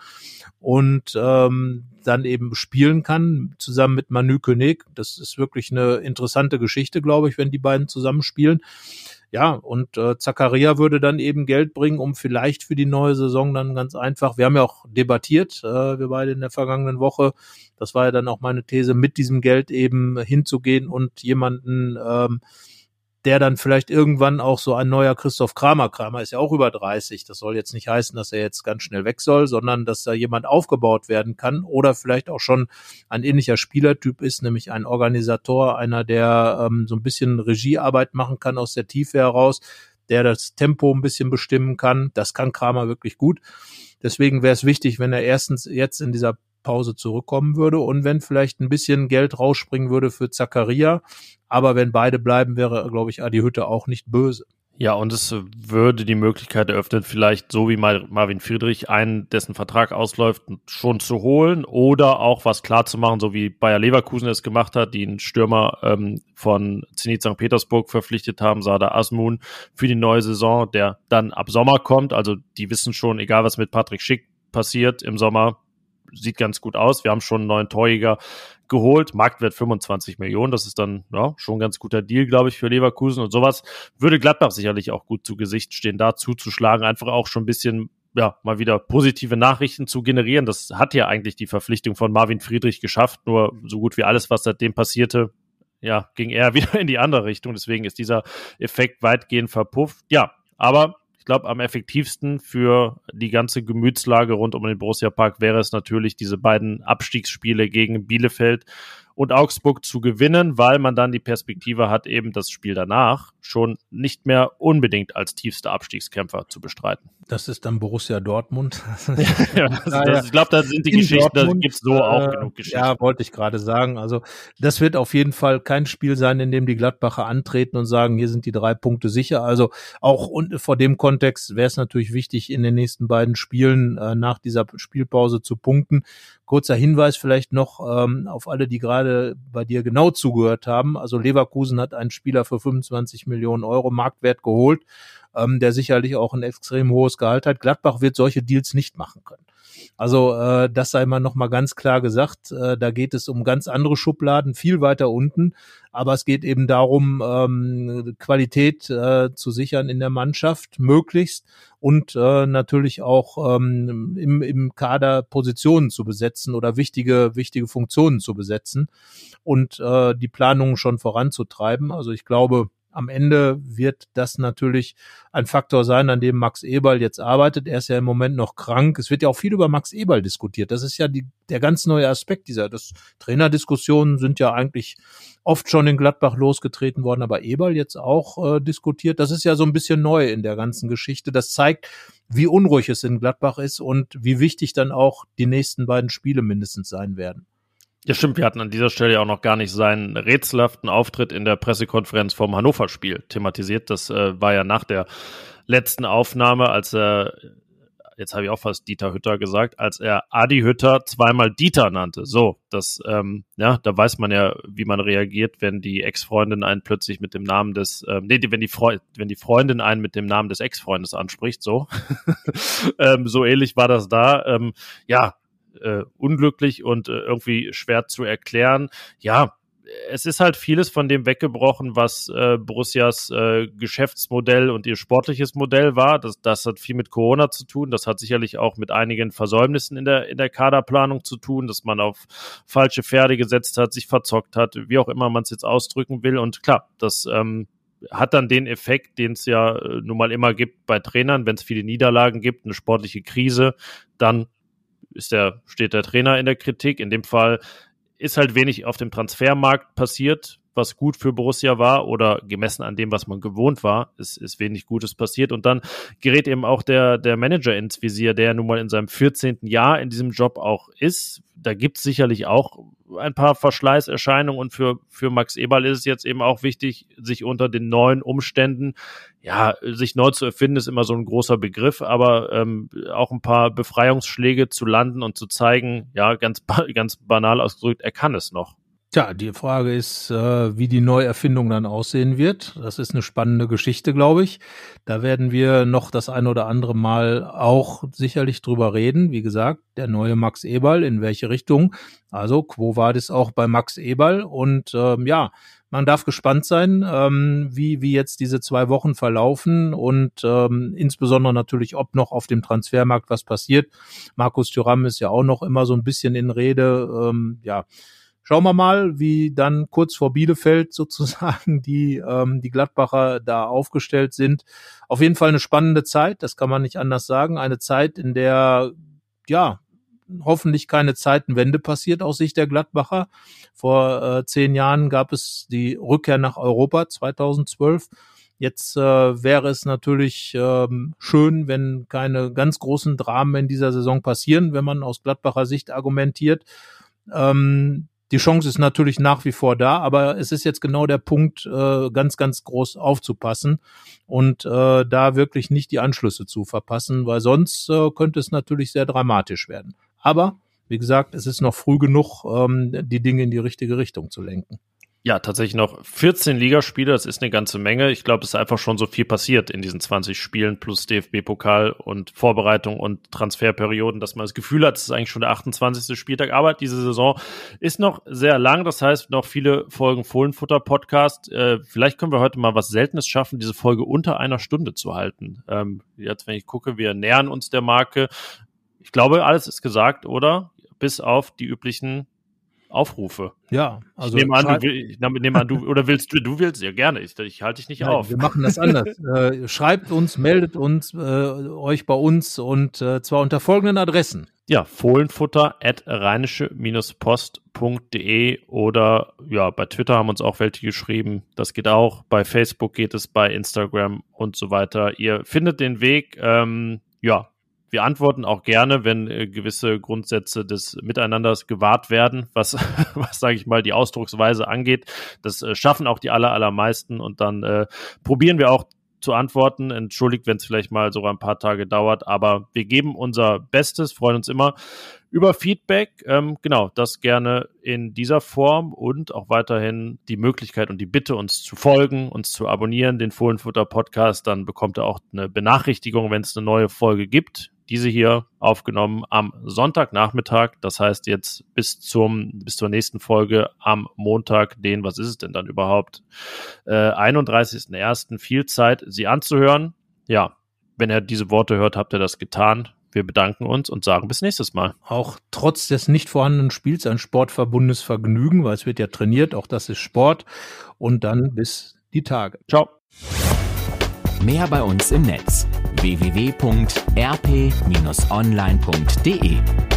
B: und ähm, dann eben spielen kann, zusammen mit Manu König. Das ist wirklich eine interessante Geschichte, glaube ich, wenn die beiden zusammen spielen. Ja, und äh, Zakaria würde dann eben Geld bringen, um vielleicht für die neue Saison dann ganz einfach, wir haben ja auch debattiert, äh, wir beide in der vergangenen Woche, das war ja dann auch meine These, mit diesem Geld eben hinzugehen und jemanden, ähm, der dann vielleicht irgendwann auch so ein neuer Christoph Kramer, Kramer ist ja auch über dreißig, das soll jetzt nicht heißen, dass er jetzt ganz schnell weg soll, sondern dass da jemand aufgebaut werden kann oder vielleicht auch schon ein ähnlicher Spielertyp ist, nämlich ein Organisator, einer, der ähm, so ein bisschen Regiearbeit machen kann aus der Tiefe heraus, der das Tempo ein bisschen bestimmen kann. Das kann Kramer wirklich gut. Deswegen wäre es wichtig, wenn er erstens jetzt in dieser Pause zurückkommen würde und wenn vielleicht ein bisschen Geld rausspringen würde für Zakaria. Aber wenn beide bleiben, wäre, glaube ich, Adi Hütte auch nicht böse.
A: Ja, und es würde die Möglichkeit eröffnen, vielleicht so wie Marvin Friedrich einen, dessen Vertrag ausläuft, schon zu holen oder auch was klar zu machen, so wie Bayer Leverkusen es gemacht hat, die einen Stürmer ähm, von Zenit Sankt Petersburg verpflichtet haben, Sardar Azmoun, für die neue Saison, der dann ab Sommer kommt. Also die wissen schon, egal was mit Patrick Schick passiert im Sommer, sieht ganz gut aus. Wir haben schon einen neuen Torjäger geholt, Marktwert fünfundzwanzig Millionen, das ist dann ja schon ein ganz guter Deal, glaube ich, für Leverkusen und sowas würde Gladbach sicherlich auch gut zu Gesicht stehen, da zuzuschlagen, einfach auch schon ein bisschen, ja, mal wieder positive Nachrichten zu generieren. Das hat ja eigentlich die Verpflichtung von Marvin Friedrich geschafft, nur so gut wie alles, was seitdem passierte, ja, ging eher wieder in die andere Richtung, deswegen ist dieser Effekt weitgehend verpufft. Ja, aber ich glaube, am effektivsten für die ganze Gemütslage rund um den Borussia-Park wäre es natürlich, diese beiden Abstiegsspiele gegen Bielefeld und Augsburg zu gewinnen, weil man dann die Perspektive hat, eben das Spiel danach schon nicht mehr unbedingt als tiefster Abstiegskämpfer zu bestreiten.
B: Das ist dann Borussia Dortmund.
A: ja, das, das, ich glaube, da sind die In Geschichten, da gibt es so äh, auch genug Geschichten.
B: Ja, wollte ich gerade sagen. Also das wird auf jeden Fall kein Spiel sein, in dem die Gladbacher antreten und sagen, hier sind die drei Punkte sicher. Also auch und vor dem Kontext wäre es natürlich wichtig, in den nächsten beiden Spielen äh, nach dieser Spielpause zu punkten. Kurzer Hinweis vielleicht noch ähm, auf alle, die gerade bei dir genau zugehört haben. Also Leverkusen hat einen Spieler für fünfundzwanzig Millionen Euro Marktwert geholt, ähm, der sicherlich auch ein extrem hohes Gehalt hat. Gladbach wird solche Deals nicht machen können. Also äh, das sei mal noch mal ganz klar gesagt. Äh, da geht es um ganz andere Schubladen, viel weiter unten. Aber es geht eben darum, ähm, Qualität äh, zu sichern in der Mannschaft, möglichst. Und äh, natürlich auch ähm, im, im Kader Positionen zu besetzen oder wichtige wichtige Funktionen zu besetzen und äh, die Planungen schon voranzutreiben. Also ich glaube, am Ende wird das natürlich ein Faktor sein, an dem Max Eberl jetzt arbeitet. Er ist ja im Moment noch krank. Es wird ja auch viel über Max Eberl diskutiert. Das ist ja die, der ganz neue Aspekt dieser. Das Trainerdiskussionen sind ja eigentlich oft schon in Gladbach losgetreten worden, aber Eberl jetzt auch äh, diskutiert. Das ist ja so ein bisschen neu in der ganzen Geschichte. Das zeigt, wie unruhig es in Gladbach ist und wie wichtig dann auch die nächsten beiden Spiele mindestens sein werden.
A: Ja, stimmt. Wir hatten an dieser Stelle auch noch gar nicht seinen rätselhaften Auftritt in der Pressekonferenz vom Hannover-Spiel thematisiert. Das äh, war ja nach der letzten Aufnahme, als er jetzt habe ich auch fast Dieter Hütter gesagt, als er Adi Hütter zweimal Dieter nannte. So, das, ähm, ja, da weiß man ja, wie man reagiert, wenn die Ex-Freundin einen plötzlich mit dem Namen des, ähm, nee, wenn die, Freu- wenn die Freundin einen mit dem Namen des Ex-Freundes anspricht, so. ähm, so ähnlich war das da. Ähm, ja, äh, unglücklich und äh, irgendwie schwer zu erklären. Ja, es ist halt vieles von dem weggebrochen, was äh, Borussias äh, Geschäftsmodell und ihr sportliches Modell war. Das, das hat viel mit Corona zu tun. Das hat sicherlich auch mit einigen Versäumnissen in der, in der Kaderplanung zu tun, dass man auf falsche Pferde gesetzt hat, sich verzockt hat, wie auch immer man es jetzt ausdrücken will. Und klar, das ähm, hat dann den Effekt, den es ja äh, nun mal immer gibt bei Trainern, wenn es viele Niederlagen gibt, eine sportliche Krise, dann ist der, steht der Trainer in der Kritik. In dem Fall ist halt wenig auf dem Transfermarkt passiert, was gut für Borussia war, oder gemessen an dem, was man gewohnt war, ist, ist wenig Gutes passiert. Und dann gerät eben auch der, der Manager ins Visier, der nun mal in seinem vierzehnten Jahr in diesem Job auch ist. Da gibt es sicherlich auch ein paar Verschleißerscheinungen, und für, für Max Eberl ist es jetzt eben auch wichtig, sich unter den neuen Umständen, ja, sich neu zu erfinden, ist immer so ein großer Begriff, aber ähm, auch ein paar Befreiungsschläge zu landen und zu zeigen, ja, ganz, ganz banal ausgedrückt, er kann es noch.
B: Tja, die Frage ist, äh, wie die Neuerfindung dann aussehen wird. Das ist eine spannende Geschichte, glaube ich. Da werden wir noch das ein oder andere Mal auch sicherlich drüber reden. Wie gesagt, der neue Max Eberl, in welche Richtung? Also, Quo Vadis auch bei Max Eberl. Und ähm, ja, man darf gespannt sein, ähm, wie wie jetzt diese zwei Wochen verlaufen und ähm, insbesondere natürlich, ob noch auf dem Transfermarkt was passiert. Markus Thuram ist ja auch noch immer so ein bisschen in Rede. Ähm, ja, schauen wir mal, wie dann kurz vor Bielefeld sozusagen die ähm, die Gladbacher da aufgestellt sind. Auf jeden Fall eine spannende Zeit, das kann man nicht anders sagen. Eine Zeit, in der ja hoffentlich keine Zeitenwende passiert aus Sicht der Gladbacher. Vor äh, zehn Jahren gab es die Rückkehr nach Europa, zweitausendzwölf. Jetzt äh, wäre es natürlich ähm, schön, wenn keine ganz großen Dramen in dieser Saison passieren, wenn man aus Gladbacher Sicht argumentiert. Ähm, die Chance ist natürlich nach wie vor da, aber es ist jetzt genau der Punkt, äh, ganz, ganz groß aufzupassen und äh, da wirklich nicht die Anschlüsse zu verpassen, weil sonst äh, könnte es natürlich sehr dramatisch werden. Aber, wie gesagt, es ist noch früh genug, ähm, die Dinge in die richtige Richtung zu lenken.
A: Ja, tatsächlich noch vierzehn Ligaspiele, das ist eine ganze Menge. Ich glaube, es ist einfach schon so viel passiert in diesen zwanzig Spielen plus D F B-Pokal und Vorbereitung und Transferperioden, dass man das Gefühl hat, es ist eigentlich schon der achtundzwanzigste Spieltag. Aber diese Saison ist noch sehr lang, das heißt noch viele Folgen Fohlenfutter-Podcast. Äh, vielleicht können wir heute mal was Seltenes schaffen, diese Folge unter einer Stunde zu halten. Ähm, jetzt, wenn ich gucke, wir nähern uns der Marke. Ich glaube, alles ist gesagt, oder? Bis auf die üblichen Aufrufe.
B: Ja, also
A: ich nehme an, du, ich nehme an, du oder willst du, du willst ja gerne. Ich, ich halte dich nicht
B: Nein,
A: auf.
B: Wir machen das anders. äh, schreibt uns, meldet uns, äh, euch bei uns und äh, zwar unter folgenden Adressen.
A: Ja, fohlenfutter at rheinische post punkt de oder ja, bei Twitter haben uns auch welche geschrieben. Das geht auch. Bei Facebook geht es, bei Instagram und so weiter. Ihr findet den Weg. Ähm, ja. Wir antworten auch gerne, wenn äh, gewisse Grundsätze des Miteinanders gewahrt werden, was, was sage ich mal, die Ausdrucksweise angeht. Das äh, schaffen auch die aller, allermeisten und dann äh, probieren wir auch zu antworten. Entschuldigt, wenn es vielleicht mal sogar ein paar Tage dauert, aber wir geben unser Bestes, freuen uns immer über Feedback. Ähm, genau, das gerne in dieser Form und auch weiterhin die Möglichkeit und die Bitte, uns zu folgen, uns zu abonnieren, den Fohlenfutter-Podcast. Dann bekommt ihr auch eine Benachrichtigung, wenn es eine neue Folge gibt. Diese hier aufgenommen am Sonntagnachmittag. Das heißt jetzt bis zum bis zur nächsten Folge am Montag, den, was ist es denn dann überhaupt, äh, einunddreißigsten ersten Viel Zeit, sie anzuhören. Ja, wenn ihr diese Worte hört, habt ihr das getan. Wir bedanken uns und sagen bis nächstes Mal.
B: Auch trotz des nicht vorhandenen Spiels ein sportverbundenes Vergnügen, weil es wird ja trainiert, auch das ist Sport. Und dann bis die Tage.
A: Ciao.
C: Mehr bei uns im Netz w w w punkt r p Bindestrich online punkt de